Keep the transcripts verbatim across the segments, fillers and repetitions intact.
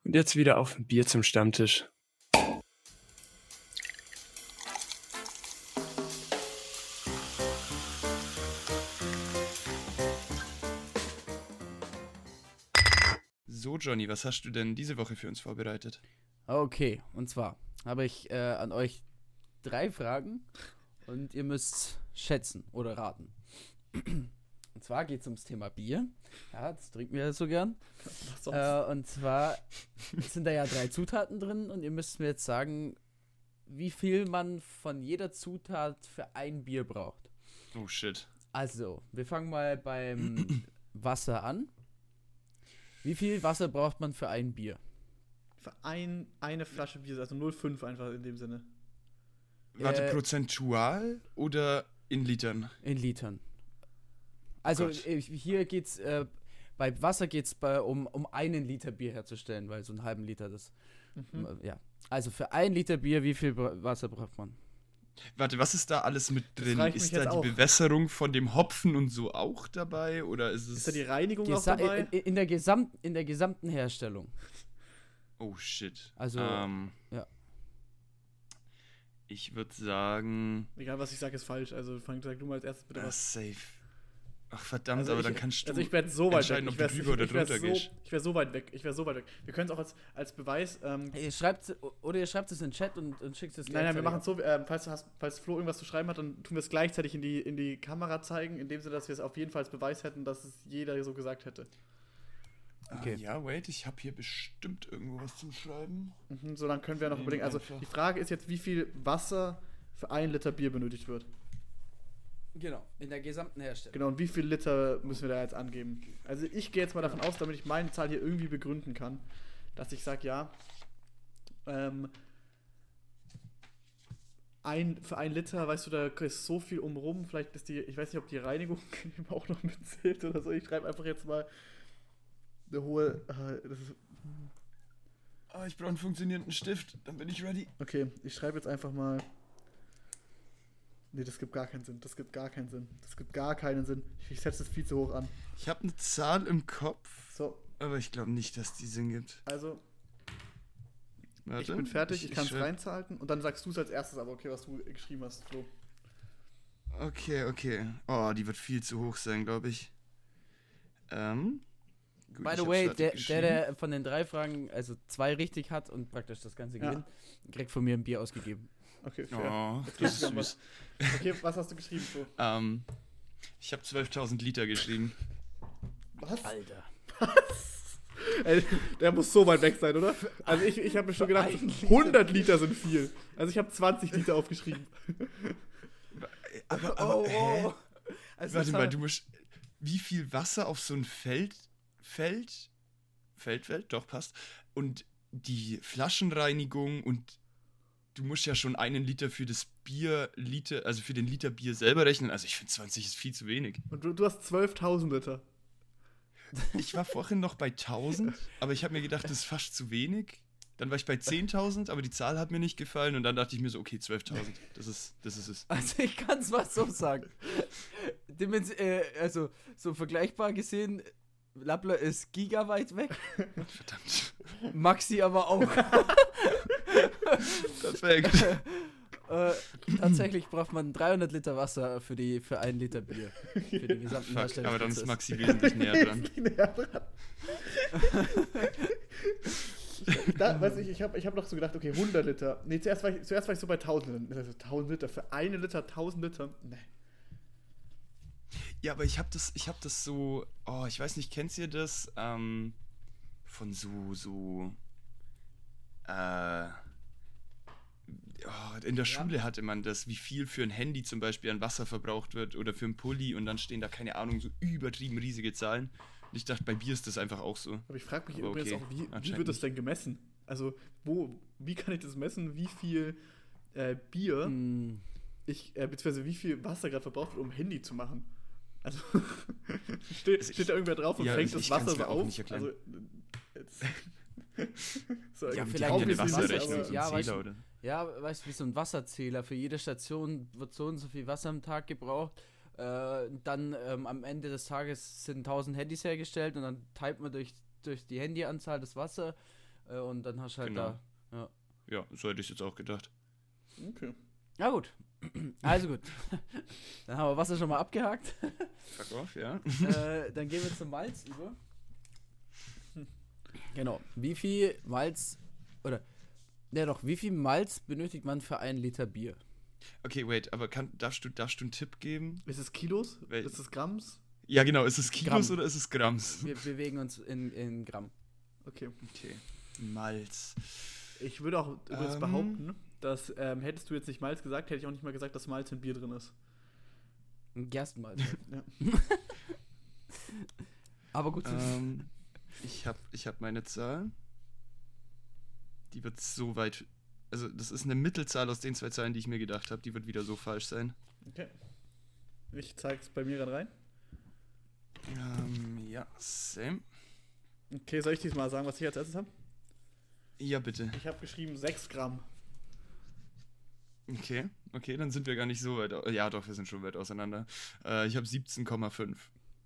Und jetzt wieder auf ein Bier zum Stammtisch. So, Johnny, was hast du denn diese Woche für uns vorbereitet? Okay, und zwar habe ich äh, an euch drei Fragen und ihr müsst schätzen oder raten. Und zwar geht es ums Thema Bier. Ja, das trinken wir ja so gern. Äh, und zwar sind da ja drei Zutaten drin und ihr müsst mir jetzt sagen, wie viel man von jeder Zutat für ein Bier braucht. Oh, shit. Also, wir fangen mal beim Wasser an. Wie viel Wasser braucht man für ein Bier? Für ein, eine Flasche Bier, also null Komma fünf einfach in dem Sinne. Warte, Äh, prozentual oder in Litern? In Litern. Also Gott. äh, hier geht's, äh, bei Wasser geht's bei, um, um einen Liter Bier herzustellen, weil so einen halben Liter das, Mhm. äh, ja. Also für ein Liter Bier, wie viel Bra- Wasser braucht man? Warte, was ist da alles mit Das drin? frage ich Ist mich da jetzt die auch. Bewässerung von dem Hopfen und so auch dabei? Oder ist es... Ist da die Reinigung Gesa auch dabei? in, in, der Gesamt, in der gesamten Herstellung. Oh, shit. Also, Ähm, ja. Ich würde sagen... Egal, was ich sage, ist falsch. Also fang, sag du mal als erstes bitte Ah, was. safe. Ach, verdammt, Also aber ich, dann kannst du also ich werde so weit weg. entscheiden, Ich ob wär, du drüber oder ich wär drunter so, gehst. Ich wäre so weit weg. Ich wäre so weit weg. Wir können es auch als, als Beweis. Ähm, Ihr schreibt, oder ihr schreibt es in den Chat und, und schickt es nein, nein, wir gleichzeitig machen es so. Ähm, falls, du hast, falls Flo irgendwas zu schreiben hat, dann tun wir es gleichzeitig in die, in die Kamera zeigen, in dem Sinne, dass wir es auf jeden Fall als Beweis hätten, dass es jeder so gesagt hätte. Okay. Ah, ja, wait, ich habe hier bestimmt irgendwo was zu schreiben. Mhm, so, dann können wir noch Nee, überlegen. Also einfach. die Frage ist jetzt, wie viel Wasser für ein Liter Bier benötigt wird. Genau, in der gesamten Herstellung. Genau, und wie viel Liter müssen wir da jetzt angeben? Also ich gehe jetzt mal davon aus, damit ich meine Zahl hier irgendwie begründen kann, dass ich sage, ja, ähm, ein, für ein Liter, weißt du, da ist so viel umrum, vielleicht ist die, ich weiß nicht, ob die Reinigung auch noch mitzählt oder so, ich schreibe einfach jetzt mal eine hohe, äh, das ist, Ah, ich brauche einen funktionierenden Stift, dann bin ich ready. okay, ich schreibe jetzt einfach mal, nee, das gibt gar keinen Sinn, das gibt gar keinen Sinn, das gibt gar keinen Sinn, ich setze es viel zu hoch an. Ich habe eine Zahl im Kopf, So, aber ich glaube nicht, dass die Sinn gibt. also Warte, ich bin fertig, ich, kann es schreib- reinzahlen und dann sagst du es als erstes, aber okay, was du geschrieben hast, Flo. Okay, okay. Oh, die wird viel zu hoch sein, glaube ich. Ähm. Gut, By ich the hab's way, fertig der, der, geschrieben. der von den drei Fragen, also zwei richtig hat und praktisch das Ganze Ja. gewinnt, kriegt von mir ein Bier ausgegeben. Okay, fair. Oh, Jetzt das geht's ist um süß. was. Okay, was hast du geschrieben, Flo? Ähm, ich habe zwölftausend Liter geschrieben. Was? Alter. Ey, der muss so weit weg sein, oder? Also ich, ich habe mir schon gedacht, Ein Liter. hundert Liter sind viel. Also ich habe zwanzig Liter aufgeschrieben. Aber, aber, hä? Also Warte das mal, war- du musst. Wie viel Wasser auf so ein Feld. Feld? Feldfeld? Doch, passt. Und die Flaschenreinigung und du musst ja schon einen Liter für das Bier, Liter, also für den Liter Bier selber rechnen. Also ich finde zwanzig ist viel zu wenig. Und du, du hast zwölftausend Liter. Ich war vorhin noch bei tausend, aber ich habe mir gedacht, das ist fast zu wenig. Dann war ich bei zehntausend, aber die Zahl hat mir nicht gefallen und dann dachte ich mir so, okay, zwölftausend, das ist, das ist es. Also ich kann es mal so sagen. Dimens äh, also so vergleichbar gesehen, Lappler ist gigaweit weg, Verdammt. Maxi aber auch. Perfekt. äh, tatsächlich braucht man dreihundert Liter Wasser für, die, für ein Liter Bier. Für den gesamten Fuck, aber dann ist Herstellungsprozess. Maxi wesentlich näher dran. Näher dran. Da, weißt du, ich, ich habe ich hab noch so gedacht, okay, hundert Liter. Nee, zuerst war ich, zuerst war ich so bei tausend Litern. Also tausend Liter. Für eine Liter tausend Liter. Nee. Ja, aber ich habe das, ich habe das so, oh, ich weiß nicht, kennt ihr das? Ähm, von so, so, äh, oh, in der Schule hatte man das, wie viel für ein Handy zum Beispiel an Wasser verbraucht wird oder für einen Pulli und dann stehen da, keine Ahnung, so übertrieben riesige Zahlen. Und ich dachte, bei Bier ist das einfach auch so. Aber ich frage mich Aber übrigens okay, auch, wie, wie anscheinend wird das nicht. denn gemessen? Also, wo, wie kann ich das messen, wie viel äh, Bier Mm, ich, äh, beziehungsweise wie viel Wasser gerade verbraucht wird, um ein Handy zu machen? Also, steht, Also ich- steht da irgendwer drauf und ja, fängt ich- das ich kann's Wasser so mir auch auf? nicht erklären. Also, äh, jetzt, so, Ja, irgendwie vielleicht Die haben ja eine obviously nicht, Wasserrechnung, aber- so ja, einen weißt Zähler, du- oder? ja, weißt du, wie so ein Wasserzähler. Für jede Station wird so und so viel Wasser am Tag gebraucht. Äh, dann ähm, am Ende des Tages sind tausend Handys hergestellt und dann teilt man durch, durch die Handyanzahl das Wasser Äh, und dann hast du halt Genau. da. Ja. Ja, so hätte ich jetzt auch gedacht. Okay. Ja, gut. Also gut. Dann haben wir Wasser schon mal abgehakt. Fuck off, ja. äh, dann gehen wir zum Malz über. Genau. Wie viel Malz oder ja doch, wie viel Malz benötigt man für einen Liter Bier? Okay, wait, aber kann, darfst, du, darfst du einen Tipp geben? Ist es Kilos? Wel- Ist es Gramms? Ja, genau, ist es Kilos Gramm. oder ist es Gramms? Wir bewegen uns in, in Gramm. Okay. Okay. Malz. Ich würde auch übrigens Ähm. behaupten, dass ähm, hättest du jetzt nicht Malz gesagt, hätte ich auch nicht mal gesagt, dass Malz in Bier drin ist. Ein Gerstenmalz. Ja. Aber gut zu wissen. ähm, ich habe ich hab meine Zahl. Die wird so weit. Also, das ist eine Mittelzahl aus den zwei Zahlen, die ich mir gedacht habe. Die wird wieder so falsch sein. Okay. Ich zeig's bei mir gerade rein. Ähm, ja, same. Okay, soll ich diesmal sagen, was ich als erstes habe? Ja, bitte. Ich habe geschrieben sechs Gramm. Okay, okay, dann sind wir gar nicht so weit. au- Ja, doch, wir sind schon weit auseinander. Äh, ich habe siebzehn Komma fünf.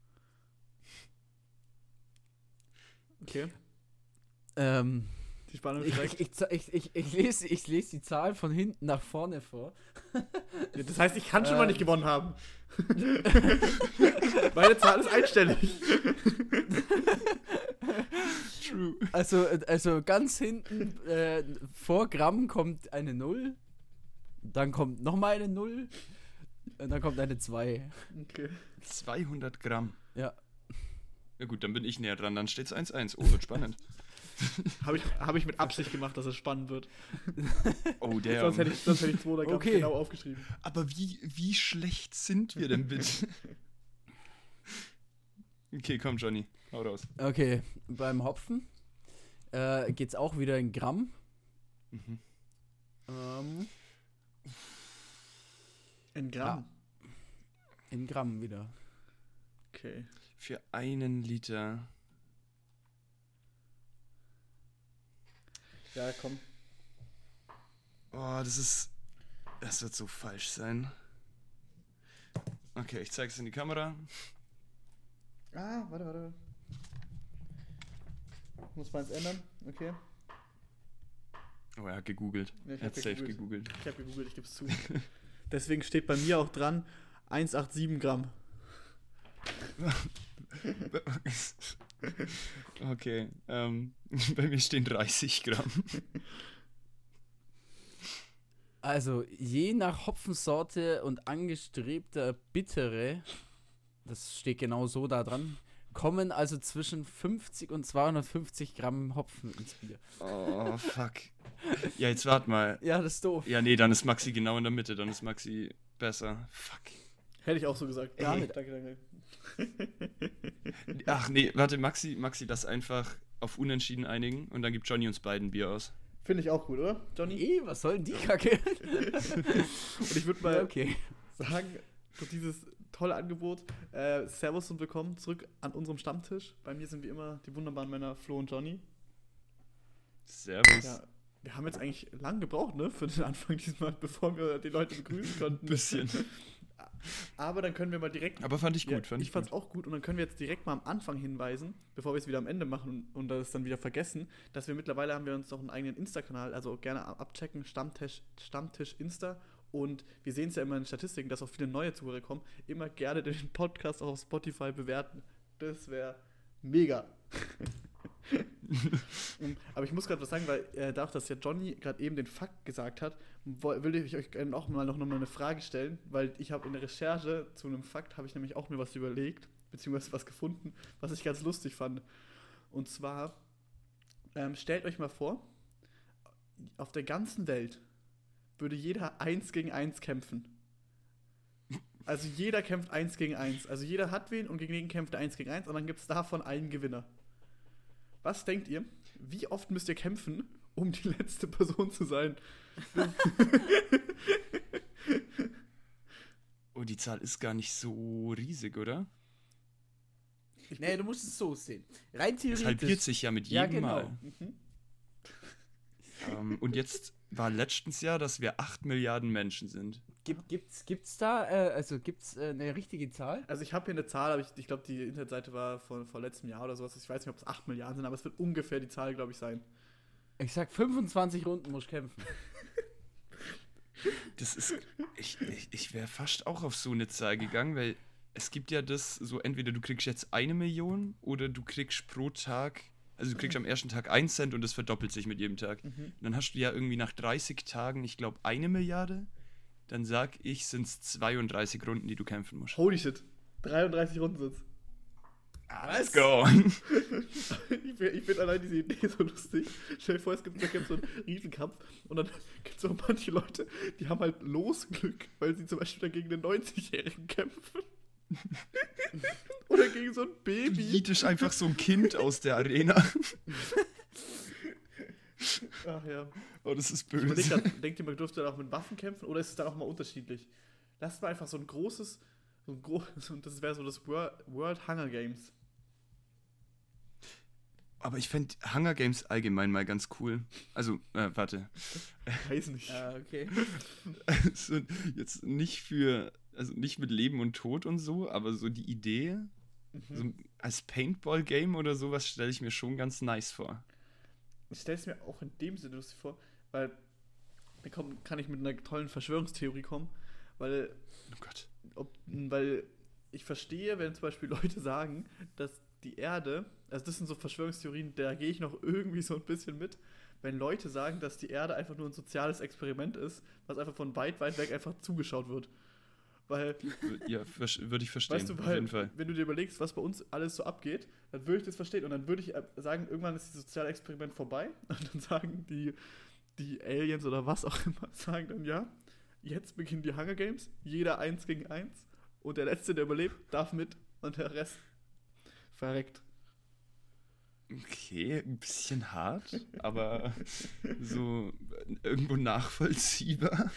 Okay. Ähm, Die Spannung ich, steigt. ich, ich, ich, ich, ich, lese, ich lese die Zahl von hinten nach vorne vor. Ja, das heißt, ich kann schon mal Ähm. nicht gewonnen haben. Meine Zahl ist einstellig. True. Also, also ganz hinten äh, vor Gramm kommt eine Null, dann kommt nochmal eine Null und dann kommt eine zwei. Okay. zweihundert Gramm. Ja. Ja gut, dann bin ich näher dran. Dann steht's eins eins. Oh, wird spannend. Habe ich, hab ich mit Absicht gemacht, dass es spannend wird. Oh, der. Sonst hätte ich, sonst hätte ich zweihundert Gramm Okay. genau aufgeschrieben. Aber wie, wie schlecht sind wir denn bitte? Okay, komm, Johnny. Hau raus. Okay, beim Hopfen äh, geht's auch wieder in Gramm. Mhm. Ähm, In Gramm. in Gramm wieder. Okay. Für einen Liter. Ja, komm. Oh, das ist. Das wird so falsch sein. Okay, ich zeig's in die Kamera. Ah, warte, warte. Muss man es ändern? Okay. Oh, er hat gegoogelt. Ja, ich er hab hat safe gegoogelt. gegoogelt. Ich habe gegoogelt, ich gebe es zu. Deswegen steht bei mir auch dran hundertsiebenundachtzig Gramm. Okay, ähm, bei mir stehen dreißig Gramm. Also je nach Hopfensorte und angestrebter Bittere, das steht genau so da dran, kommen also zwischen fünfzig und zweihundertfünfzig Gramm Hopfen ins Bier. Oh, fuck. Ja, jetzt wart mal. Ja, das ist doof. Ja, nee, dann ist Maxi genau in der Mitte. Dann ist Maxi besser. Fuck. Hätte ich auch so gesagt. Ey. Danke, danke, danke. Ach nee, warte, Maxi, Maxi, lass einfach auf Unentschieden einigen und dann gibt Johnny uns beiden Bier aus. Finde ich auch gut, oder, Johnny? Eh, was soll denn die Kacke? Und ich würde mal Ja, okay. sagen, durch dieses tolle Angebot, äh, Servus und willkommen zurück an unserem Stammtisch. Bei mir sind wie immer die wunderbaren Männer Flo und Johnny. Servus. Ja, wir haben jetzt eigentlich lang gebraucht, ne, für den Anfang diesmal, bevor wir die Leute begrüßen konnten. Ein bisschen. Aber dann können wir mal direkt. Aber fand ich gut, Ja, fand ich ich fand's gut. auch gut und dann können wir jetzt direkt mal am Anfang hinweisen, bevor wir es wieder am Ende machen und, und das dann wieder vergessen, dass wir mittlerweile haben wir uns noch einen eigenen Insta-Kanal, also gerne ab- abchecken, Stammtisch, Stammtisch Insta, und wir sehen es ja immer in den Statistiken, dass auch viele neue Zuhörer kommen, immer gerne den Podcast auch auf Spotify bewerten. Das wäre mega. Um, Aber ich muss gerade was sagen, weil äh, dadurch, dass ja Johnny gerade eben den Fakt gesagt hat, woll- will ich euch gerne auch mal noch, noch mal eine Frage stellen, weil ich habe in der Recherche zu einem Fakt, habe ich nämlich auch mir was überlegt, beziehungsweise was gefunden, was ich ganz lustig fand. Und zwar, ähm, stellt euch mal vor, auf der ganzen Welt würde jeder eins gegen eins kämpfen. Also jeder kämpft eins gegen eins. Also jeder hat wen und gegen den kämpft er eins gegen eins und dann gibt es davon einen Gewinner. Was denkt ihr? Wie oft müsst ihr kämpfen, um die letzte Person zu sein? Oh, die Zahl ist gar nicht so riesig, oder? Ich Nee, du musst es so sehen. Rein Es theoretisch. halbiert sich ja mit jedem Ja, genau. Mal. Mhm. Ähm, und jetzt war letztens Jahr, dass wir acht Milliarden Menschen sind. Gibt, gibt's, gibt's da, äh, also gibt's äh, eine richtige Zahl? Also ich habe hier eine Zahl, aber ich, ich glaube, die Internetseite war von vor letztem Jahr oder sowas. Ich weiß nicht, ob es acht Milliarden sind, aber es wird ungefähr die Zahl, glaube ich, sein. Ich sag fünfundzwanzig Runden muss ich kämpfen. Das ist. Ich, ich, ich wäre fast auch auf so eine Zahl gegangen, weil es gibt ja das so, entweder du kriegst jetzt eine Million oder du kriegst pro Tag, also du kriegst am ersten Tag einen Cent und das verdoppelt sich mit jedem Tag. Mhm. Und dann hast du ja irgendwie nach dreißig Tagen, ich glaube, eine Milliarde. Dann sag ich, sind es zweiunddreißig Runden, die du kämpfen musst. Holy shit. dreiunddreißig Runden sind's. Ah, let's go! Ich finde ich find allein diese Idee so lustig. Stell dir vor, es gibt, da gibt so einen Riesenkampf und dann gibt es auch manche Leute, die haben halt Losglück, weil sie zum Beispiel dann gegen den neunzigjährigen kämpfen. Oder gegen so ein Du Baby. jietisch einfach so ein Kind aus der Arena. Ach ja. Oh, das ist Ich überleg böse. grad, denkt ihr, man dürfte dann auch mit Waffen kämpfen oder ist es dann auch mal unterschiedlich? Lasst mal einfach so ein großes, so ein großes, und das wäre so das World, World Hunger Games. Aber ich fände Hunger Games allgemein mal ganz cool. Also, äh, warte. Weiß nicht. Ja, okay. Also, jetzt nicht für, also nicht mit Leben und Tod und so, aber so die Idee, Mhm. so als Paintball-Game oder sowas stelle ich mir schon ganz nice vor. Ich stelle es mir auch in dem Sinne lustig vor, weil da komm, kann ich mit einer tollen Verschwörungstheorie kommen, weil, Oh Gott. ob, weil ich verstehe, wenn zum Beispiel Leute sagen, dass die Erde, also das sind so Verschwörungstheorien, da gehe ich noch irgendwie so ein bisschen mit, wenn Leute sagen, dass die Erde einfach nur ein soziales Experiment ist, was einfach von weit, weit weg einfach zugeschaut wird. Weil, Ja, vers- würde ich verstehen, weißt du, auf weil, jeden Fall. wenn du dir überlegst, was bei uns alles so abgeht, dann würde ich das verstehen und dann würde ich äh, sagen, irgendwann ist das soziale Experiment vorbei und dann sagen die, die Aliens oder was auch immer, sagen dann, ja, jetzt beginnen die Hunger Games, jeder eins gegen eins und der Letzte, der überlebt, darf mit und der Rest verreckt. Okay, ein bisschen hart, aber so irgendwo nachvollziehbar.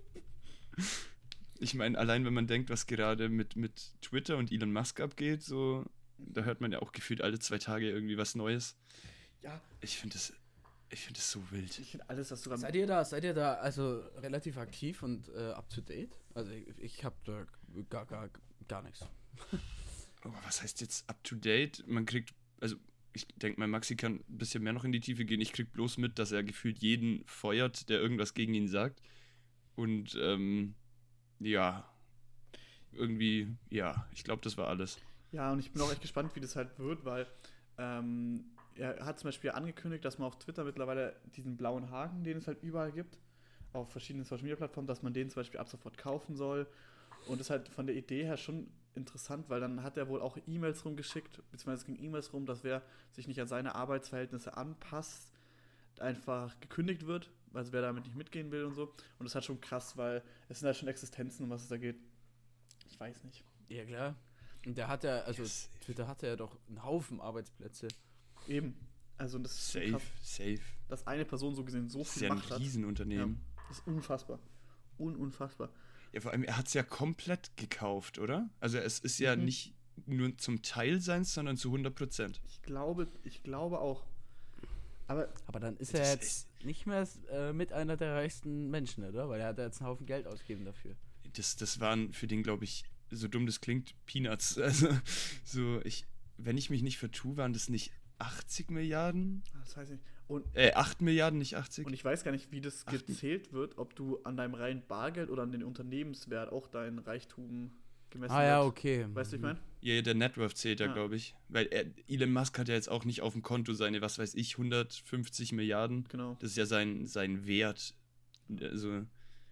Ich meine, allein wenn man denkt, was gerade mit, mit Twitter und Elon Musk abgeht, so, da hört man ja auch gefühlt alle zwei Tage irgendwie was Neues. Ja, Ich finde das, ich finde das so wild. ich finde alles, was du Seid ihr da, seid ihr da also relativ aktiv und äh, up to date? Also ich, ich habe da gar, gar, gar nichts. Aber was heißt jetzt up to date? Man kriegt, also ich denke mal, Maxi kann ein bisschen mehr noch in die Tiefe gehen. Ich krieg bloß mit, dass er gefühlt jeden feuert, der irgendwas gegen ihn sagt. Und ähm, ja, irgendwie, ja, ich glaube, das war alles. Ja, und ich bin auch echt gespannt, wie das halt wird, weil ähm, er hat zum Beispiel angekündigt, dass man auf Twitter mittlerweile diesen blauen Haken, den es halt überall gibt, auf verschiedenen Social-Media-Plattformen, dass man den zum Beispiel ab sofort kaufen soll. Und das ist halt von der Idee her schon interessant, weil dann hat er wohl auch E-Mails rumgeschickt, beziehungsweise es ging E-Mails rum, dass wer sich nicht an seine Arbeitsverhältnisse anpasst, einfach gekündigt wird, also wer damit nicht mitgehen will und so. Und das ist halt schon krass, weil es sind halt schon Existenzen, um was es da geht. Ich weiß nicht. Ja, klar. Und der hat ja, also Yes. Twitter hatte ja doch einen Haufen Arbeitsplätze. Eben. Also das ist so Safe, krass, safe. dass eine Person so gesehen so Das ist viel ja ein Macht hat. Ja, Riesenunternehmen. das ist unfassbar. Un unfassbar. Ja, vor allem, er hat es ja komplett gekauft, oder? Also es ist ja Mhm. nicht nur zum Teil seins, sondern zu hundert Prozent. Ich glaube, ich glaube auch. Aber Aber dann ist Das er ist jetzt nicht mehr äh, mit einer der reichsten Menschen, oder? Weil er hat ja jetzt einen Haufen Geld ausgegeben dafür. Das, das waren für den, glaube ich, so dumm das klingt, Peanuts. Also, so, ich, wenn ich mich nicht vertue, waren das nicht achtzig Milliarden? das weiß ich nicht. Und, Äh, acht Milliarden, nicht achtzig? und ich weiß gar nicht, wie das Ach, gezählt wird, ob du an deinem reinen Bargeld oder an den Unternehmenswert auch deinen Reichtum gemessen Ah ja, wird. okay. Weißt du, wie ich meine? Ja, ja, der Networth zählt ja, Ja. glaube ich. Weil er, Elon Musk hat ja jetzt auch nicht auf dem Konto seine, was weiß ich, hundertfünfzig Milliarden. Genau. Das ist ja sein, sein Wert. Also,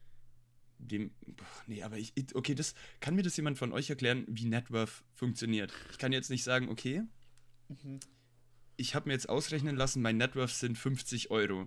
dem. Boah, nee, aber ich. ich- Okay, das. Kann mir das jemand von euch erklären, wie Networth funktioniert? Ich kann jetzt nicht sagen, okay, Mhm. ich habe mir jetzt ausrechnen lassen, mein Networth sind fünfzig Euro.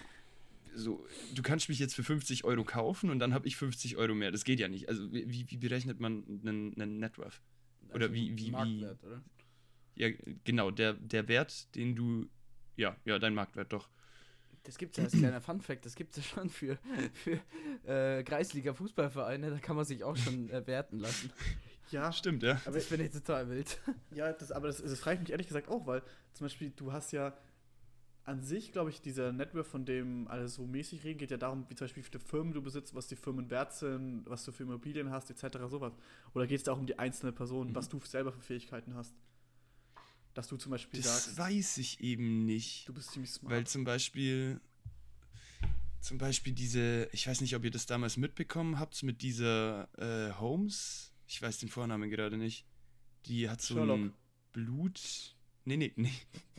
So, du kannst mich jetzt für fünfzig Euro kaufen und dann habe ich fünfzig Euro mehr. Das geht ja nicht. Also, wie, wie berechnet man einen, einen Networth? Oder wie- wie- wie- Marktwert, oder? Ja, genau, der, der Wert, den du. Ja, ja, dein Marktwert doch. Das gibt's ja als kleiner Funfact, das gibt's ja schon für, für äh, Kreisliga-Fußballvereine, da kann man sich auch schon äh, werten lassen. Ja, Stimmt, ja. aber, Das finde ich total wild. ja das, aber das, das frage ich mich ehrlich gesagt auch, weil zum Beispiel du hast ja an sich, glaube ich, dieser Network, von dem alle so mäßig reden, geht ja darum, wie zum Beispiel wie viele Firmen du besitzt, was die Firmen wert sind, was du für Immobilien hast, et cetera sowas. Oder geht es da auch um die einzelne Person, Mhm. was du selber für Fähigkeiten hast? Dass du zum Beispiel Das sagst, weiß ich eben nicht. du bist ziemlich smart. Weil zum Beispiel, zum Beispiel diese, ich weiß nicht, ob ihr das damals mitbekommen habt, mit dieser äh, Holmes, ich weiß den Vornamen gerade nicht, die hat so Sherlock. ein Blut, nee, nee, nee,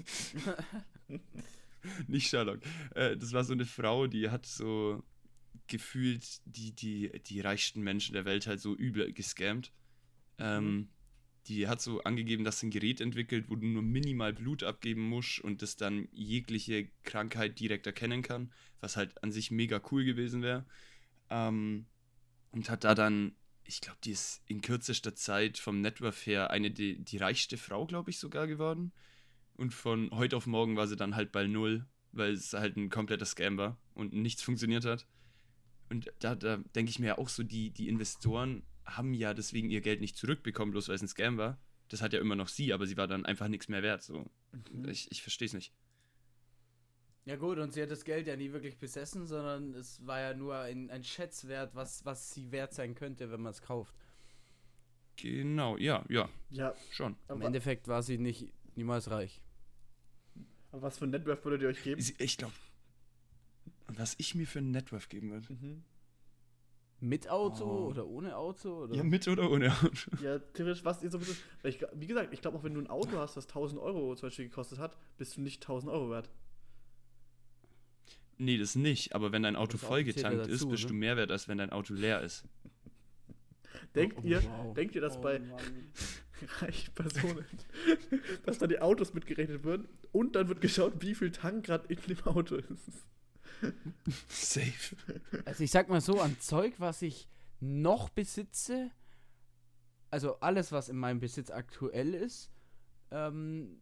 nicht Sherlock, äh, das war so eine Frau, die hat so gefühlt die, die, die reichsten Menschen der Welt halt so übel gescammt. Ähm, die hat so angegeben, dass sie ein Gerät entwickelt, wo du nur minimal Blut abgeben musst und das dann jegliche Krankheit direkt erkennen kann, was halt an sich mega cool gewesen wäre. Ähm, und hat da dann, ich glaube, die ist in kürzester Zeit vom Networth her eine, die, die reichste Frau, glaube ich, sogar geworden. Und von heute auf morgen war sie dann halt bei null, weil es halt ein kompletter Scam war und nichts funktioniert hat. Und da, da denke ich mir ja auch so, die, die Investoren haben ja deswegen ihr Geld nicht zurückbekommen, bloß weil es ein Scam war. Das hat ja immer noch sie, aber sie war dann einfach nichts mehr wert. So. Mhm. Ich, ich verstehe es nicht. Ja gut, und sie hat das Geld ja nie wirklich besessen, sondern es war ja nur ein, ein Schätzwert, was, was sie wert sein könnte, wenn man es kauft. Genau, ja, ja, Ja, schon. Im aber, Endeffekt war sie nicht niemals reich. aber was für ein Networth würdet ihr euch geben? Sie- Ich glaube, was ich mir für einen Networth geben würde. Mhm. Mit Auto Oh. oder ohne Auto? Oder? Ja, mit oder ohne Auto? Ja, theoretisch, was ihr so bisschen. Weil ich, wie gesagt, ich glaube auch, wenn du ein Auto hast, das tausend Euro zum Beispiel gekostet hat, bist du nicht tausend Euro wert. Nee, das nicht. Aber wenn dein Auto Das Auto vollgetankt zählt ja ist, dazu, bist ne? du mehr wert, als wenn dein Auto leer ist. Denkt Oh, ihr, wow. denkt ihr, dass Oh, bei Mann. reichen Personen, dass da die Autos mitgerechnet würden und dann wird geschaut, wie viel Tank gerade in dem Auto ist? Safe. Also ich sag mal so, an Zeug, was ich noch besitze, also alles, was in meinem Besitz aktuell ist, ähm,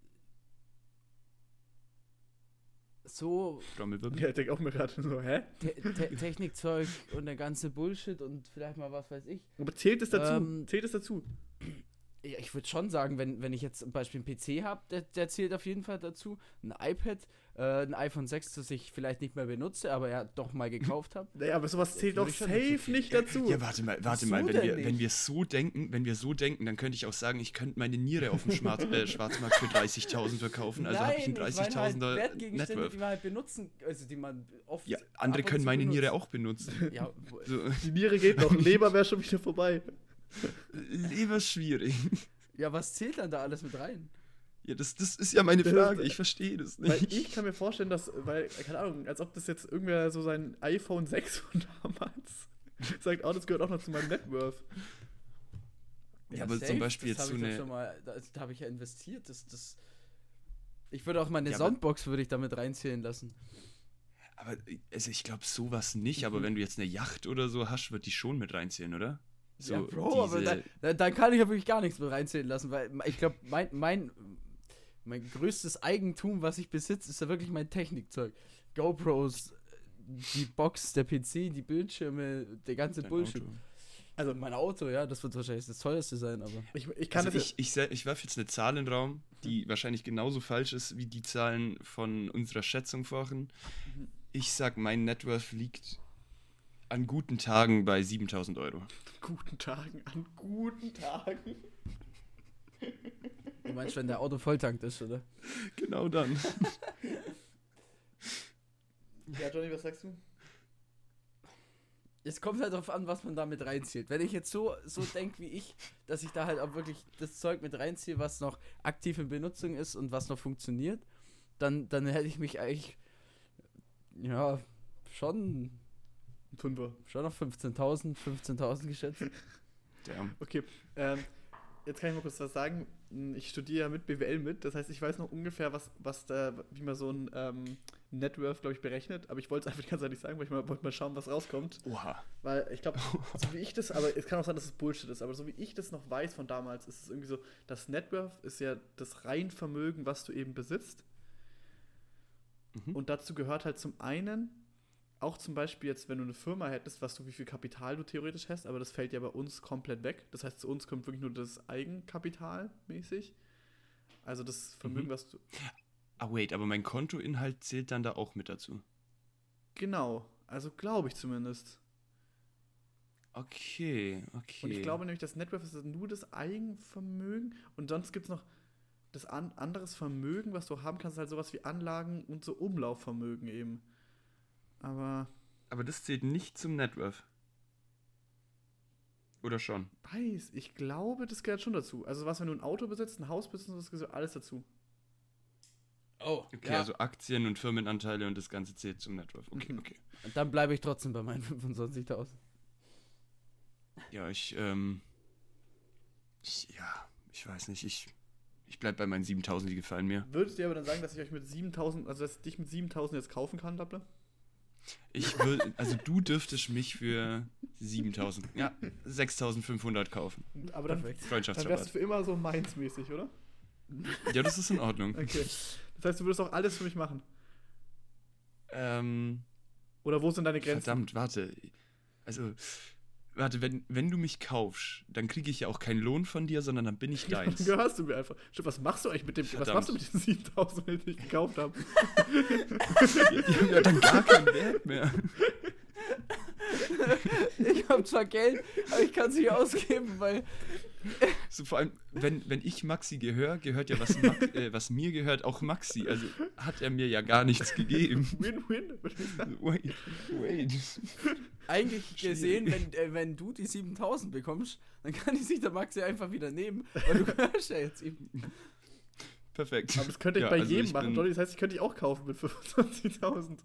so Trommelwirbel. Ja, ich denke auch mir gerade so, hä? Te Te Technikzeug und der ganze Bullshit und vielleicht mal was weiß ich. Aber zählt es dazu? Ähm, zählt es dazu? Ja, ich würde schon sagen, wenn, wenn ich jetzt zum Beispiel einen P C habe, der, der zählt auf jeden Fall dazu. Ein iPad, äh, ein iPhone sechs, das ich vielleicht nicht mehr benutze, aber ja doch mal gekauft habe. Naja, aber sowas zählt würde doch ich schon safe dazu nicht dazu. Ja, warte mal, warte Wieso mal, wenn denn wir, nicht? wenn wir so denken, wenn wir so denken, dann könnte ich auch sagen, ich könnte meine Niere auf dem Schwarz, äh, Schwarzmarkt für dreißigtausend verkaufen, also habe ich einen Nein, ich meine halt dreißigtausender Wertgegenstände, Networth. die man halt benutzen, also die man oft. Ja, ab andere und können zu meine benutzt. Niere auch benutzen. Ja, wo- So, Die Niere geht noch, Leber wäre schon wieder vorbei. lieber schwierig. ja, was zählt dann da alles mit rein? Ja, das, das ist ja meine Das- Frage, ich verstehe das Weil nicht. ich kann mir vorstellen, dass, weil, keine Ahnung, als ob das jetzt irgendwer so sein iPhone sechs von damals sagt, oh, das gehört auch noch zu meinem Networth. Ja, aber safe, zum Beispiel das jetzt hab so ich doch eine- schon mal, da, da habe ich ja investiert, das, das. Ich würde auch meine Ja, aber- Soundbox würde ich damit reinzählen lassen. Aber also ich glaube sowas nicht, aber Mhm. wenn du jetzt eine Yacht oder so hast, wird die schon mit reinzählen, oder? So ja, Bro, aber diese- da, da, dann kann ich ja wirklich gar nichts mit reinzählen lassen, weil ich glaube, mein, mein, mein größtes Eigentum, was ich besitze, ist ja wirklich mein Technikzeug. GoPros, die Box, der P C, die Bildschirme, der ganze dein Bullshit. Auto. Also, Also mein Auto, ja, das wird wahrscheinlich das teuerste sein, aber. ich, ich kann Also das ich, ich, se- ich werfe jetzt eine Zahl in den Raum, die wahrscheinlich genauso falsch ist wie die Zahlen von unserer Schätzung vorhin. Mhm. Ich sag, mein Networth liegt an guten Tagen bei siebentausend Euro. guten Tagen, an guten Tagen. Du meinst, wenn der Auto volltankt ist, oder? Genau dann. Ja, Johnny, was sagst du? Es kommt halt darauf an, was man da mit reinzählt. Wenn ich jetzt so, so denke wie ich, dass ich da halt auch wirklich das Zeug mit reinziehe, was noch aktiv in Benutzung ist und was noch funktioniert, dann, dann hätte ich mich eigentlich, ja, schon, Fünfer. schon auf fünfzehntausend, fünfzehntausend geschätzt. Damn. Okay, ähm, jetzt kann ich mal kurz was sagen. Ich studiere ja mit B W L mit, das heißt, ich weiß noch ungefähr, was, was da, wie man so ein ähm, Networth, glaube ich, berechnet, aber ich wollte es einfach die ganze Zeit nicht sagen, weil ich mal, wollte mal schauen, was rauskommt. Oha. Weil ich glaube, so wie ich das, aber es kann auch sein, dass es Bullshit ist, aber so wie ich das noch weiß von damals, ist es irgendwie so, das Networth ist ja das Reinvermögen, was du eben besitzt. Mhm. Und dazu gehört halt zum einen, auch zum Beispiel jetzt, wenn du eine Firma hättest, was du, wie viel Kapital du theoretisch hast, aber das fällt ja bei uns komplett weg. Das heißt, zu uns kommt wirklich nur das Eigenkapital mäßig. Also das Vermögen, Mhm. was du. Ah, wait, aber mein Kontoinhalt zählt dann da auch mit dazu. Genau, also glaube ich zumindest. Okay, okay. Und ich glaube nämlich, das Networth ist nur das Eigenvermögen und sonst gibt es noch. das an, anderes Vermögen, was du haben kannst, ist halt sowas wie Anlagen und so Umlaufvermögen eben. Aber Aber das zählt nicht zum Net Worth. Oder schon? weiß, ich glaube, das gehört schon dazu. Also was, wenn du ein Auto besitzt, ein Haus besitzt, das gehört alles dazu. Oh, Okay, ja. also Aktien und Firmenanteile und das Ganze zählt zum Net Worth. Okay, Mhm. okay. Und dann bleibe ich trotzdem bei meinen fünfundzwanzigtausend. Ja, ich, ähm. Ich, ja, ich weiß nicht. Ich, ich bleib bei meinen siebentausend, die gefallen mir. Würdet ihr aber dann sagen, dass ich euch mit siebentausend, also dass ich dich mit siebentausend jetzt kaufen kann, Dabble? Ich würde, also du dürftest mich für siebentausend, ja, sechstausendfünfhundert kaufen. Aber dann, Perfekt. dann wärst du Freundschaftsrabatt. für immer so Mainz-mäßig, oder? Ja, das ist in Ordnung. Okay. Das heißt, du würdest auch alles für mich machen. Ähm, Oder wo sind deine Grenzen? verdammt, warte. Also, warte, wenn, wenn du mich kaufst, dann kriege ich ja auch keinen Lohn von dir, sondern dann bin ich Dann deins. gehörst du mir einfach. Stimmt, was machst du eigentlich mit dem, was Verdammt. machst du mit den siebentausend, die ich gekauft habe? Die, die haben ja dann gar keinen Wert mehr. Ich habe zwar Geld, aber ich kann es nicht ausgeben, weil. So vor allem, wenn, wenn ich Maxi gehöre, gehört ja was, Max, äh, was mir gehört auch Maxi. Also hat er mir ja gar nichts gegeben. Win-win, würde ich sagen. Wait, wait. Eigentlich gesehen, wenn, äh, wenn du die siebentausend bekommst, dann kann ich sich der Maxi einfach wieder nehmen, weil du gehörst ja jetzt ihm. Perfekt. Aber das könnte ich Ja, bei also jedem ich machen, bin- Johnny. Das heißt, ich könnte dich auch kaufen mit fünfundzwanzigtausend.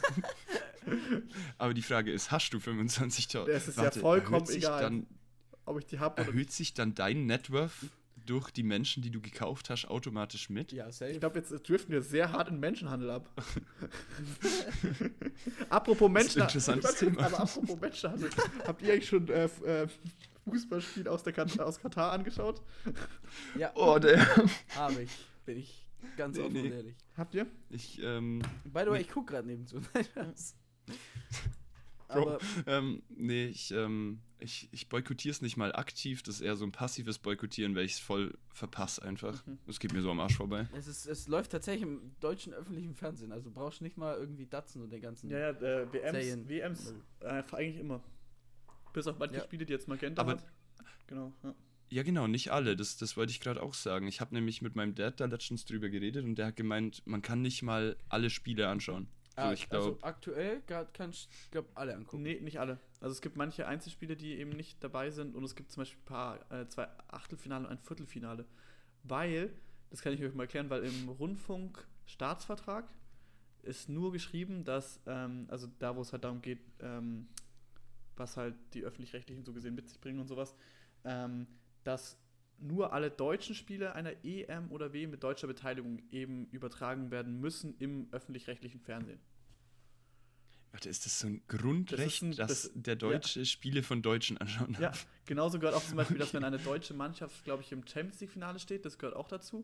Aber die Frage ist, hast du fünfundzwanzigtausend? Das ist ja vollkommen erhöht sich egal. Dann, Ob ich die habe oder erhöht sich dann dein Net Worth durch die Menschen, die du gekauft hast, automatisch mit? Ja, safe. Ich glaube, jetzt driften wir sehr hart in Menschenhandel ab. Apropos Das ist ein Menschenhandel. interessantes Thema. Aber apropos Menschenhandel. Habt ihr eigentlich schon äh, f- äh, Fußballspiel aus, der Kat- aus Katar angeschaut? Ja, Oh, der. habe ich. Bin ich ganz Nee, offen nee. und ehrlich. Habt ihr? Ich, ähm, By the way, ich gucke gerade nebenzu. Nein, Spaß. Bro, Aber ähm, nee, ich, ähm, ich, ich boykottiere es nicht mal aktiv, das ist eher so ein passives Boykottieren, weil ich es voll verpasse einfach. Mhm. Das geht mir so am Arsch vorbei. es, ist, es läuft tatsächlich im deutschen öffentlichen Fernsehen. Also brauchst nicht mal irgendwie Datsen und den ganzen. Ja, ja, äh, W Ms, Serien. W Ms äh, eigentlich immer. Bis auf manche Ja. Spiele, die jetzt Magenta Aber- hat. Genau, ja. Ja, genau, nicht alle, das, das wollte ich gerade auch sagen. Ich habe nämlich mit meinem Dad da letztens drüber geredet und der hat gemeint, man kann nicht mal alle Spiele anschauen. So, Ah, ich glaube, also aktuell gerade kannst du, glaube alle angucken. Nee, nicht alle. Also es gibt manche Einzelspiele, die eben nicht dabei sind und es gibt zum Beispiel ein paar, äh, zwei Achtelfinale und ein Viertelfinale. Weil, das kann ich euch mal erklären, weil im Rundfunkstaatsvertrag ist nur geschrieben, dass, ähm, also da wo es halt darum geht, ähm, was halt die Öffentlich-Rechtlichen so gesehen mit sich bringen und sowas, ähm, dass nur alle deutschen Spiele einer E M oder W M mit deutscher Beteiligung eben übertragen werden müssen im öffentlich-rechtlichen Fernsehen. warte, ist das so ein Grundrecht, ein- dass das- der Deutsche Spiele von Deutschen anschauen Ja, darf? genauso gehört auch zum Beispiel, dass wenn eine deutsche Mannschaft, glaube ich, im Champions League-Finale steht, das gehört auch dazu.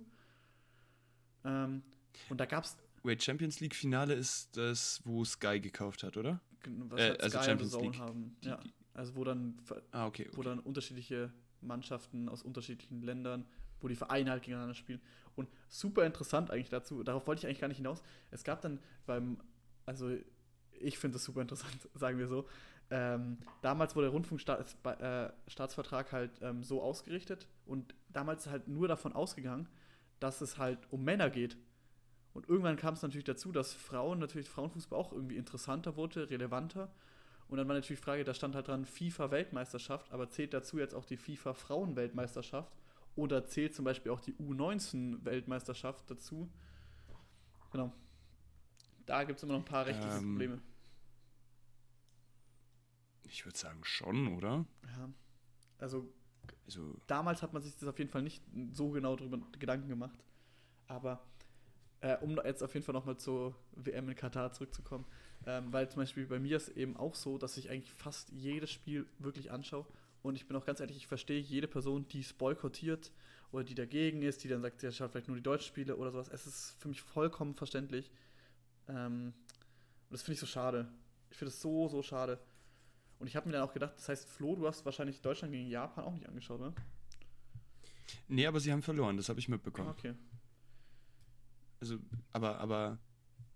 Ähm, und da gab es, Wait, Champions League Finale ist das, wo Sky gekauft hat, oder? was Äh, halt also Sky Champions und The Zone League. haben. Die- Ja, die- also wo dann, ver- Ah, okay. wo okay. dann unterschiedliche Mannschaften aus unterschiedlichen Ländern, wo die Vereine halt gegeneinander spielen. Und super interessant eigentlich dazu, darauf wollte ich eigentlich gar nicht hinaus. Es gab dann beim, also ich finde das super interessant, sagen wir so. Ähm, damals wurde der Rundfunkstaatsvertrag halt ähm, so ausgerichtet und damals halt nur davon ausgegangen, dass es halt um Männer geht. Und irgendwann kam es natürlich dazu, dass Frauen, natürlich Frauenfußball auch irgendwie interessanter wurde, relevanter. Und dann war natürlich die Frage, da stand halt dran FIFA-Weltmeisterschaft, aber zählt dazu jetzt auch die FIFA-Frauen-Weltmeisterschaft? Oder zählt zum Beispiel auch die U neunzehn-Weltmeisterschaft dazu? Genau. Da gibt es immer noch ein paar rechtliche Ähm, Probleme. Ich würde sagen schon, oder? Ja. Also Also, damals hat man sich das auf jeden Fall nicht so genau darüber Gedanken gemacht. Aber äh, um jetzt auf jeden Fall nochmal zur W M in Katar zurückzukommen, ähm, weil zum Beispiel bei mir ist eben auch so, dass ich eigentlich fast jedes Spiel wirklich anschaue. Und ich bin auch ganz ehrlich, ich verstehe jede Person, die es boykottiert oder die dagegen ist, die dann sagt, sie schaut vielleicht nur die deutschen Spiele oder sowas. Es ist für mich vollkommen verständlich. Ähm, und das finde ich so schade. Ich finde es so, so schade. Und ich habe mir dann auch gedacht, das heißt, Flo, du hast wahrscheinlich Deutschland gegen Japan auch nicht angeschaut, oder? nee, aber sie haben verloren, das habe ich mitbekommen. Okay. Also, aber, aber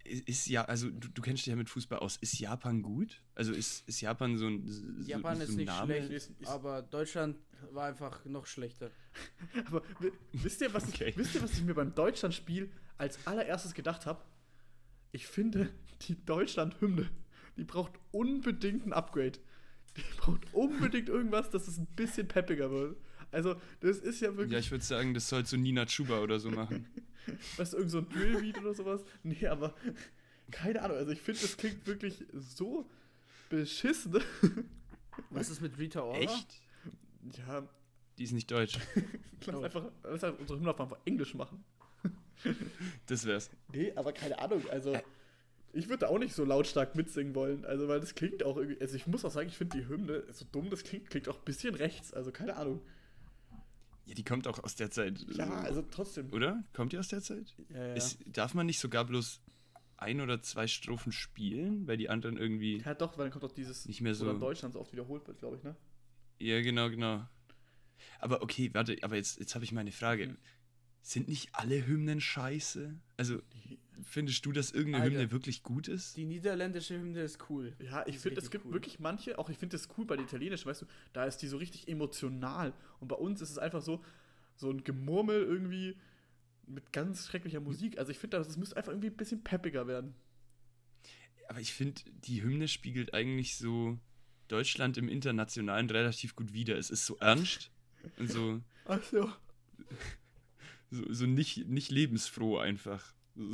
ist ja, also du, du kennst dich ja mit Fußball aus. Ist Japan gut? Also ist, ist Japan so ein so, Japan so ist ein nicht Name? schlecht, Ist- ist- aber Deutschland war einfach noch schlechter. Aber wi- wisst ihr, was Okay. ich, wisst ihr, was ich mir beim Deutschlandspiel als allererstes gedacht habe? Ich finde, die Deutschland-Hymne, die braucht unbedingt ein Upgrade. Die braucht unbedingt irgendwas, dass es ein bisschen peppiger wird. Also, das ist ja wirklich, Ja, ich würde sagen, das soll so Nina Chuba oder so machen. weißt du, irgend so ein Drill-Beat oder sowas? Nee, aber keine Ahnung. Also, ich finde, das klingt wirklich so beschissen. Was ist mit Rita Ora? Echt? Ja, Die ist nicht deutsch. lass Oh. einfach, lass einfach unsere Hymne einfach Englisch machen. Das wär's. Nee, aber keine Ahnung, also ich würde da auch nicht so lautstark mitsingen wollen, also weil das klingt auch irgendwie, also ich muss auch sagen, ich finde die Hymne, so dumm das klingt, klingt auch ein bisschen rechts, also keine Ahnung. Ja, die kommt auch aus der Zeit. Ja, so. also trotzdem. Oder? Kommt die aus der Zeit? Ja, ja. Ist, darf man nicht sogar bloß ein oder zwei Strophen spielen, weil die anderen irgendwie. Ja doch, weil dann kommt auch dieses, Nicht mehr wo dann so- Deutschland so oft wiederholt wird, glaube ich, ne? Ja, genau, genau. Aber okay, warte, aber jetzt, jetzt habe ich meine Frage. Mhm. Sind nicht alle Hymnen scheiße? Also, findest du, dass irgendeine Alter. Hymne wirklich gut ist? Die niederländische Hymne ist cool. Ja, ich ist finde, es richtig gibt cool. wirklich manche, auch ich finde das cool bei den italienischen, weißt du, da ist die so richtig emotional und bei uns ist es einfach so, so ein Gemurmel irgendwie mit ganz schrecklicher Musik. Also ich finde, das müsste einfach irgendwie ein bisschen peppiger werden. Aber ich finde, die Hymne spiegelt eigentlich so Deutschland im Internationalen relativ gut wider. Es ist so ernst und so, Ach so. so, so nicht, nicht lebensfroh einfach.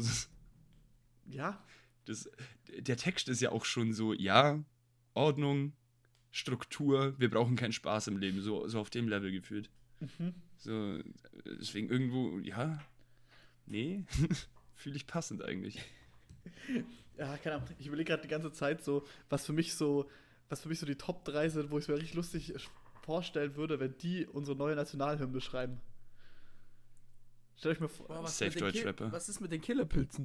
Ja, Das, der Text ist ja auch schon so, ja, Ordnung, Struktur, wir brauchen keinen Spaß im Leben, so, so auf dem Level gefühlt. mhm. So, deswegen irgendwo, ja, nee, fühle ich passend eigentlich. Ja, keine Ahnung. Ich überlege gerade die ganze Zeit so, was für mich so, was für mich so die Top drei sind, wo ich es mir richtig lustig vorstellen würde, wenn die unsere neue Nationalhymne schreiben. Stell euch mal vor. Boah, was, Safe mit den Ki- Deutschrapper. was ist mit den Killerpilzen?